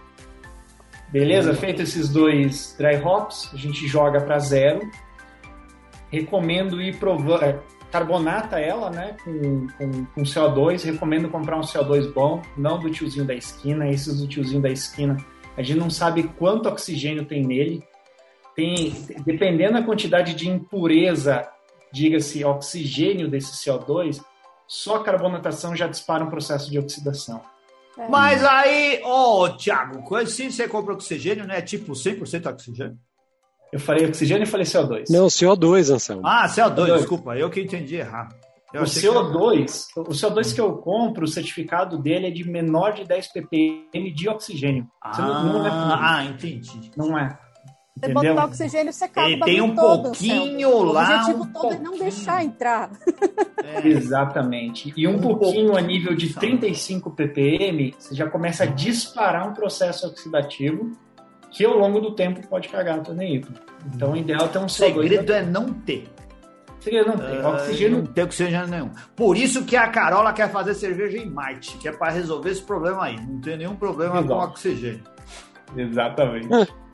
Beleza? Feito esses dois dry hops, a gente joga para zero. Recomendo ir provando, carbonata ela, né, com, com, com C O dois. Recomendo comprar um C O dois bom, não do tiozinho da esquina. Esses do tiozinho da esquina, a gente não sabe quanto oxigênio tem nele. Tem, dependendo da quantidade de impureza, diga-se, oxigênio desse C O dois, só a carbonatação já dispara um processo de oxidação. É. Mas aí, ô, oh, Thiago, se você compra oxigênio, né? Tipo cem por cento oxigênio? Eu falei oxigênio e falei C O dois. Não, C O dois, Anselmo. Ah, C O dois, C O dois. Desculpa, eu que entendi errado. Eu o C O dois, que... o C O dois que eu compro, o certificado dele é de menor de dez ppm de oxigênio. Ah, não é ah entendi. Não é. Você botar oxigênio, você acaba Ele tem um todo, pouquinho Anselmo. lá. O objetivo um todo pouquinho. é não deixar entrar. É. Exatamente. E um, um pouquinho, pouquinho a nível de trinta e cinco ppm, você já começa a disparar um processo oxidativo que ao longo do tempo pode cagar a tua neípa. Então o ideal é ter um C O dois. O segredo é não ter. O segredo não ter. Uh, oxigênio... Não ter oxigênio nenhum. Por isso que a Carola quer fazer cerveja em Marte, que é para resolver esse problema aí. Não tem nenhum problema Exato. com oxigênio. Exatamente.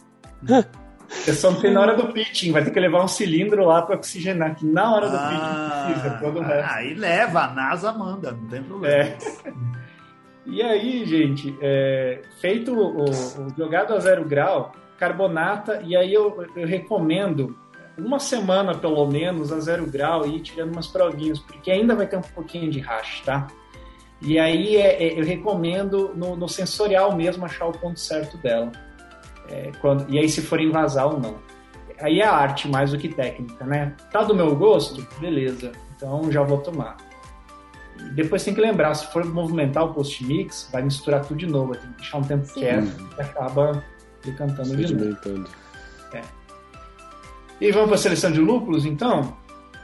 É só não tem na hora do pitching, vai ter que levar um cilindro lá para oxigenar, que na hora do ah, pitching precisa, todo o resto. Aí leva, a NASA manda, não tem problema. É. E aí, gente, é, feito o, o jogado a zero grau, carbonata, e aí eu, eu recomendo uma semana pelo menos a zero grau e ir tirando umas provinhas, porque ainda vai ter um pouquinho de hash, tá? E aí é, é, eu recomendo no, no sensorial mesmo achar o ponto certo dela. É, quando, e aí se for invasar ou não. Aí é arte mais do que técnica, né? Tá do meu gosto? Beleza. Então já vou tomar. E depois tem que lembrar, se for movimentar o post-mix, vai misturar tudo de novo. Tem que deixar um tempo Sim. quieto e acaba decantando de novo. É. E vamos para a seleção de lúpulos, então?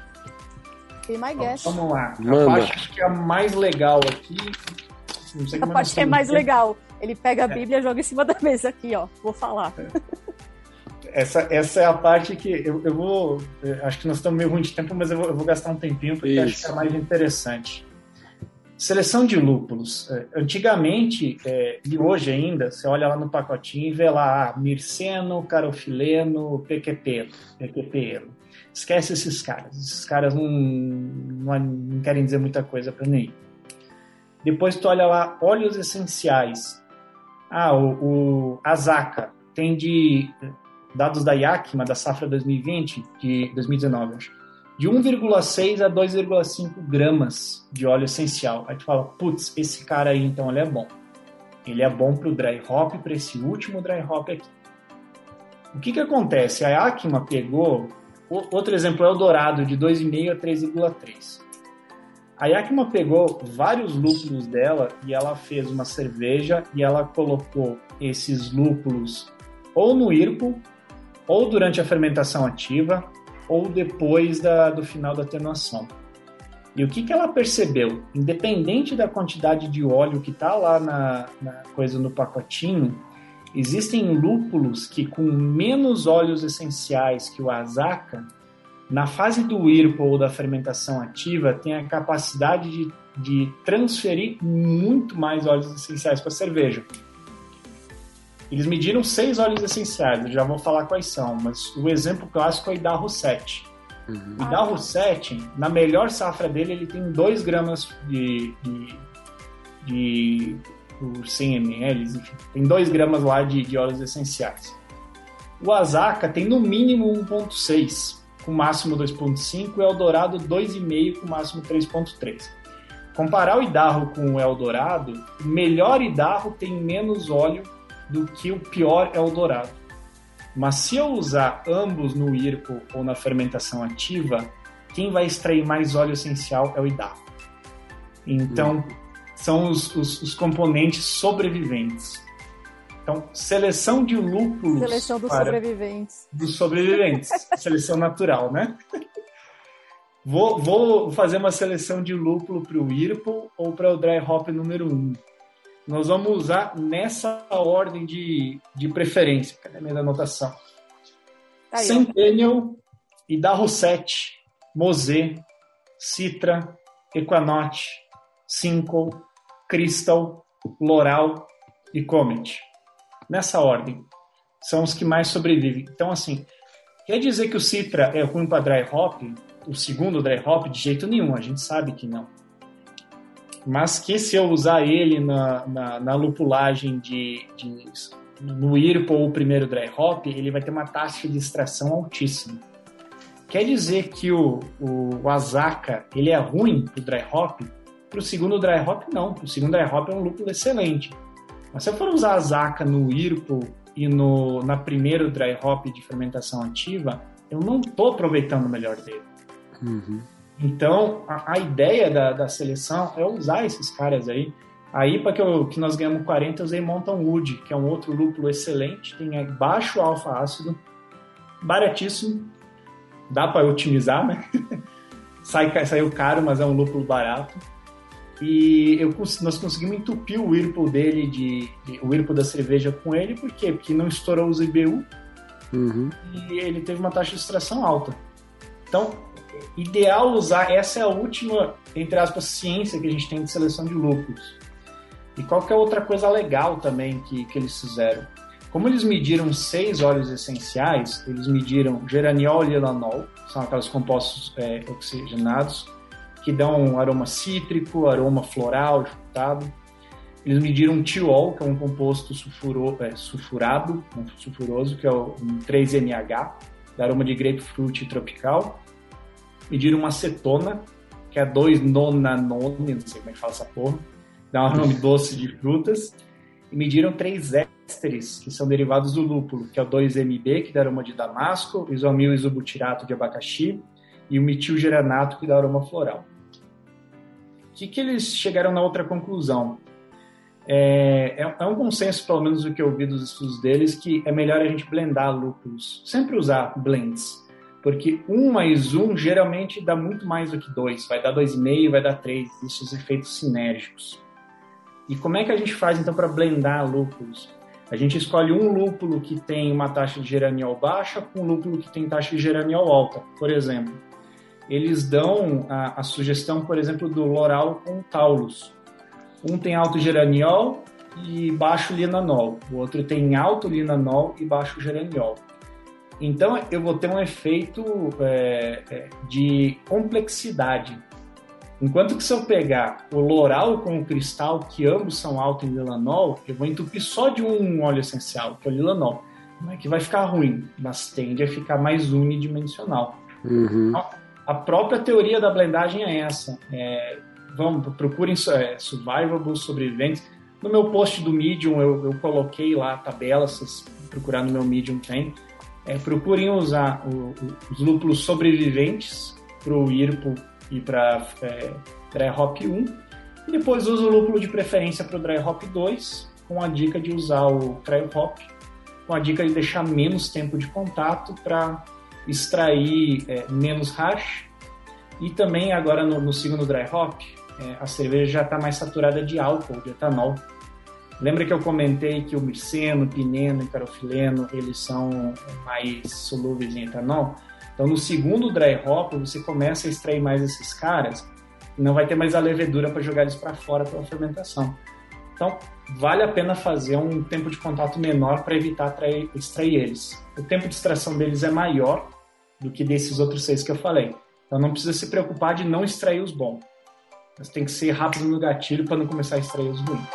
Be my guest. Vamos lá. Manda. A parte acho que é a mais legal aqui. Não sei a parte que é mais legal. Ele pega a Bíblia e é. joga em cima da mesa aqui, ó. Vou falar. É. Essa, essa é a parte que eu, eu vou... Eu acho que nós estamos meio ruim de tempo, mas eu vou, eu vou gastar um tempinho porque Isso. acho que é mais interessante. Seleção de lúpulos. Antigamente, é, e hoje ainda, você olha lá no pacotinho e vê lá ah, Mirceno, Carofileno, Pequepelo. Pequepelo. Esquece esses caras. Esses caras não, não, não querem dizer muita coisa para ninguém. Depois tu olha lá, óleos essenciais. Ah, o, o Azacca tem de dados da Yakima, da safra dois mil e vinte, de dois mil e dezenove, acho, de um vírgula seis a dois vírgula cinco gramas de óleo essencial. Aí tu fala, putz, esse cara aí então ele é bom. Ele é bom pro dry hop, para esse último dry hop aqui. O que que acontece? A Yakima pegou, outro exemplo é o Dourado, de dois vírgula cinco a três vírgula três. A Yakima pegou vários lúpulos dela e ela fez uma cerveja e ela colocou esses lúpulos ou no irpo, ou durante a fermentação ativa, ou depois da, do final da atenuação. E o que, que ela percebeu? Independente da quantidade de óleo que está lá na, na coisa no pacotinho, existem lúpulos que com menos óleos essenciais que o Azacca, na fase do irpo ou da fermentação ativa, tem a capacidade de, de transferir muito mais óleos essenciais para a cerveja. Eles mediram seis óleos essenciais, eu já vou falar quais são, mas o exemplo clássico é o Idaho sete. Uhum. O Idaho sete, na melhor safra dele, ele tem dois gramas de, de, de por cem mililitros, enfim, tem dois gramas lá de, de óleos essenciais. O Azacca tem no mínimo um vírgula seis, com máximo dois vírgula cinco, e o Eldorado dois vírgula cinco, com máximo três vírgula três. Comparar o Idaho com o Eldorado, o melhor Idaho tem menos óleo do que o pior Eldorado. Mas se eu usar ambos no irpo ou na fermentação ativa, quem vai extrair mais óleo essencial é o Idaho. Então, uhum. são os, os, os componentes sobreviventes. Então, seleção de lúpulos... Seleção dos sobreviventes. Dos sobreviventes. Seleção natural, né? Vou, vou fazer uma seleção de lúpulo para o irpo ou para o dry hop número um. Nós vamos usar nessa ordem de, de preferência. Cadê a minha anotação? Aí, Centennial, Idaho sete, Mosé, Citra, Equanote, Cinco, Crystal, Loral e Comet. Nessa ordem. São os que mais sobrevivem. Então, assim, quer dizer que o Citra é ruim para dry hop? O segundo dry hop? De jeito nenhum, a gente sabe que não. Mas que se eu usar ele na, na, na lupulagem de, de, no I R P ou o primeiro dry hop, ele vai ter uma taxa de extração altíssima. Quer dizer que o, o, o Azacca, ele é ruim para o dry hop? Para o segundo dry hop, não. O segundo dry hop é um lúpulo excelente. Mas se eu for usar Azacca no I R P e no na primeiro dry hop de fermentação ativa, eu não estou aproveitando o melhor dele. Uhum. Então, a, a ideia da, da seleção é usar esses caras aí. A I P A que, eu, que nós ganhamos quarenta, eu usei Mountain Wood, que é um outro lúpulo excelente, tem baixo alfa-ácido, baratíssimo, dá para otimizar, né? Sai, saiu caro, mas é um lúpulo barato. E eu, nós conseguimos entupir o Whirlpool dele, de, de, o Whirlpool da cerveja com ele, por quê? Porque não estourou os I B U, uhum. E ele teve uma taxa de extração alta. Então, ideal usar, essa é a última, entre aspas, ciência que a gente tem de seleção de lúpulos. E qual que é outra coisa legal também que, que eles fizeram? Como eles mediram seis óleos essenciais, eles mediram geraniol e elanol, são aqueles compostos é, oxigenados, que dão um aroma cítrico, aroma floral, frutado. Eles mediram tiol, que é um composto sulfuro, é, sulfurado, um sulfuroso, que é o um três M H, dá aroma de grapefruit tropical. Mediram uma acetona, que é dois nonanone, não sei como é que fala essa porra, dá um aroma doce de frutas. E mediram três ésteres, que são derivados do lúpulo, que é o dois M B, que dá aroma de damasco, isomil isobutirato de abacaxi, e o metilgeranato, que dá aroma floral. O que, que eles chegaram na outra conclusão? É, é, é um consenso, pelo menos do que eu vi dos estudos deles, que é melhor a gente blendar lúpulos. Sempre usar blends. Porque um mais um geralmente dá muito mais do que dois. Vai dar dois vírgula cinco, vai dar três. Existem os efeitos sinérgicos. E como é que a gente faz, então, para blendar lúpulos? A gente escolhe um lúpulo que tem uma taxa de geraniol baixa com um lúpulo que tem taxa de geraniol alta, por exemplo. Eles dão a, a sugestão, por exemplo, do Loral com Taurus. Um tem alto geraniol e baixo linanol. O outro tem alto linanol e baixo geraniol. Então, eu vou ter um efeito é, é, de complexidade. Enquanto que se eu pegar o Loral com o Cristal, que ambos são altos em lilanol, eu vou entupir só de um óleo essencial, que é o lilanol. Não é que vai ficar ruim, mas tende a ficar mais unidimensional. Uhum. Então, a própria teoria da blendagem é essa. É, vamos, procurem é, survivable, sobreviventes. No meu post do Medium, eu, eu coloquei lá a tabela, se vocês procurarem no meu Medium tem. É, procurem usar o, o, os lúpulos sobreviventes para o I R P e para é, Dry Hop um, e depois usa o lúpulo de preferência para o Dry Hop dois, com a dica de usar o Cryo Hop, com a dica de deixar menos tempo de contato para extrair é, menos hash, e também agora no, no segundo Dry Hop, é, a cerveja já está mais saturada de álcool, de etanol. Lembra que eu comentei que o mirceno, pineno e carofileno, eles são mais solúveis em etanol? Então, no segundo dry hop, você começa a extrair mais esses caras e não vai ter mais a levedura para jogar eles para fora pela fermentação. Então, vale a pena fazer um tempo de contato menor para evitar atrair, extrair eles. O tempo de extração deles é maior do que desses outros seis que eu falei. Então, não precisa se preocupar de não extrair os bons. Mas tem que ser rápido no gatilho para não começar a extrair os ruins.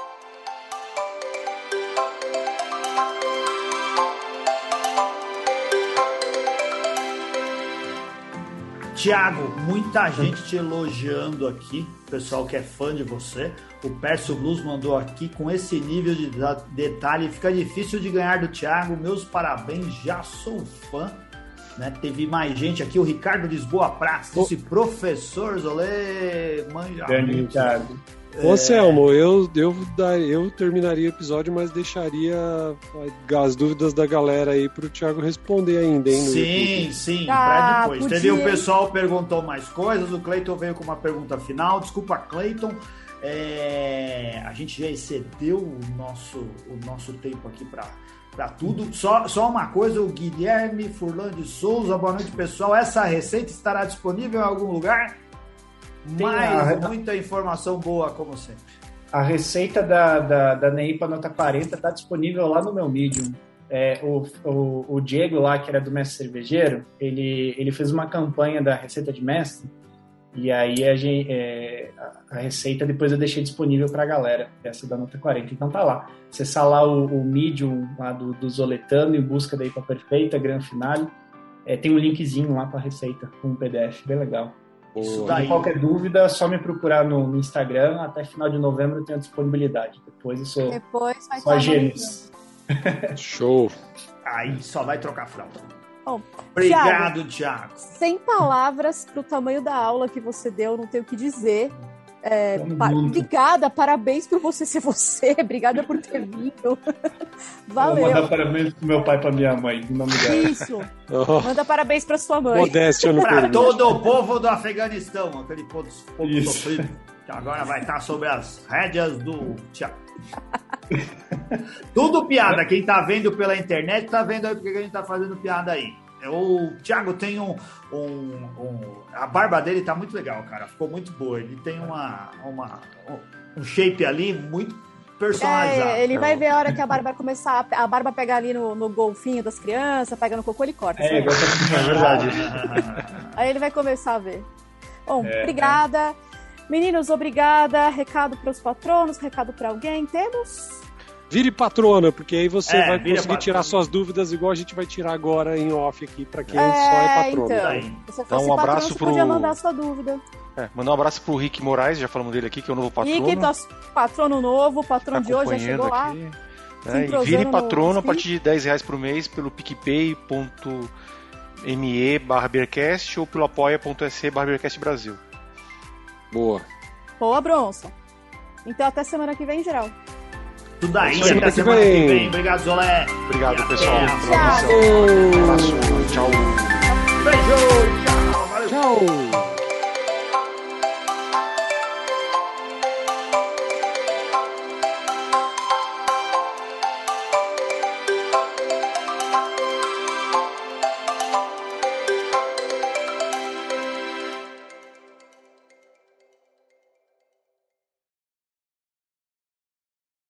Tiago, muita gente te elogiando aqui, o pessoal que é fã de você. O Perso Blues mandou aqui, com esse nível de detalhe, fica difícil de ganhar do Tiago. Meus parabéns, já sou fã. Né? Teve mais gente aqui, o Ricardo Lisboa Prats, disse, oh. Professor Zolê, manja muito. Ricardo. Ô, Anselmo, eu, eu, eu terminaria o episódio, mas deixaria as dúvidas da galera aí pro Thiago responder ainda, hein? Sim, sim, ah, pra depois. Podia. Entendeu? O pessoal perguntou mais coisas, o Cleiton veio com uma pergunta final. Desculpa, Cleiton. É, a gente já excedeu o nosso, o nosso tempo aqui para para tudo. Só, só uma coisa, o Guilherme Furlan de Souza, boa noite, pessoal. Essa receita estará disponível em algum lugar? Mas a... muita informação boa, como sempre. A receita da, da, da Neipa Nota quarenta está disponível lá no meu Medium. É, o, o, o Diego lá, que era do Mestre Cervejeiro, ele, ele fez uma campanha da receita de mestre, e aí a, gente, é, a, a receita depois eu deixei disponível para a galera, essa da Nota quarenta. Então tá lá. Acessar lá o, o Medium lá do, do Zoletano em busca da I P A Perfeita, Gran Finale. É, tem um linkzinho lá para a receita com um P D F, bem legal. Isso daí. Qualquer dúvida, é só me procurar no, no Instagram. Até final de novembro eu tenho disponibilidade. Depois eu sou Depois vai só gêmeos. Show. Aí só vai trocar fralda. Bom, Obrigado, Thiago. Sem palavras pro tamanho da aula que você deu, não tenho o que dizer. É, pa- obrigada, parabéns por você ser você. Obrigada por ter vindo. Valeu. Vou mandar parabéns pro meu pai e pra minha mãe, em nome dela. Isso. Oh. Manda parabéns pra sua mãe. Modéstia no Para permite. todo o povo do Afeganistão, aquele povo, povo Isso. sofrido, que agora vai estar sobre as rédeas do Thiago. Tudo piada. Quem tá vendo pela internet tá vendo aí porque a gente tá fazendo piada aí. O Thiago tem um, um, um... A barba dele tá muito legal, cara. Ficou muito boa. Ele tem uma, uma, um shape ali muito personalizado. É, ele vai ver a hora que a barba começar, a barba pegar ali no, no golfinho das crianças, pega no cocô, ele corta. É, igual é verdade. Aí ele vai começar a ver. Bom, É, obrigada. Meninos, obrigada. Recado para os patronos, recado para alguém. Temos? Vire patrona, porque aí você É, vai vira conseguir patrona. tirar suas dúvidas igual a gente vai tirar agora em off aqui pra quem É, só é patrona. então. Aí. Se você Dá fosse um patrono, abraço você pro- podia mandar a sua dúvida. É, mandar um abraço pro Rick Moraes, já falamos dele aqui, que é o novo patrono. Rick, nosso patrono novo, o patrono Tá de hoje já acompanhando chegou lá. aqui. se É, e entrosando vire no patrono a Speak. partir de dez reais por mês pelo picpay.me barra beercast ou pelo apoia.se barra beercast Brasil. Boa. Boa, Bronson. Então até semana que vem, geral. Tudo aí, Semana até que semana que vem. vem. Obrigado, Zolé. Obrigado, E pessoal. até. pela audição. Um abraço. Tchau. Beijo, tchau, valeu. Tchau.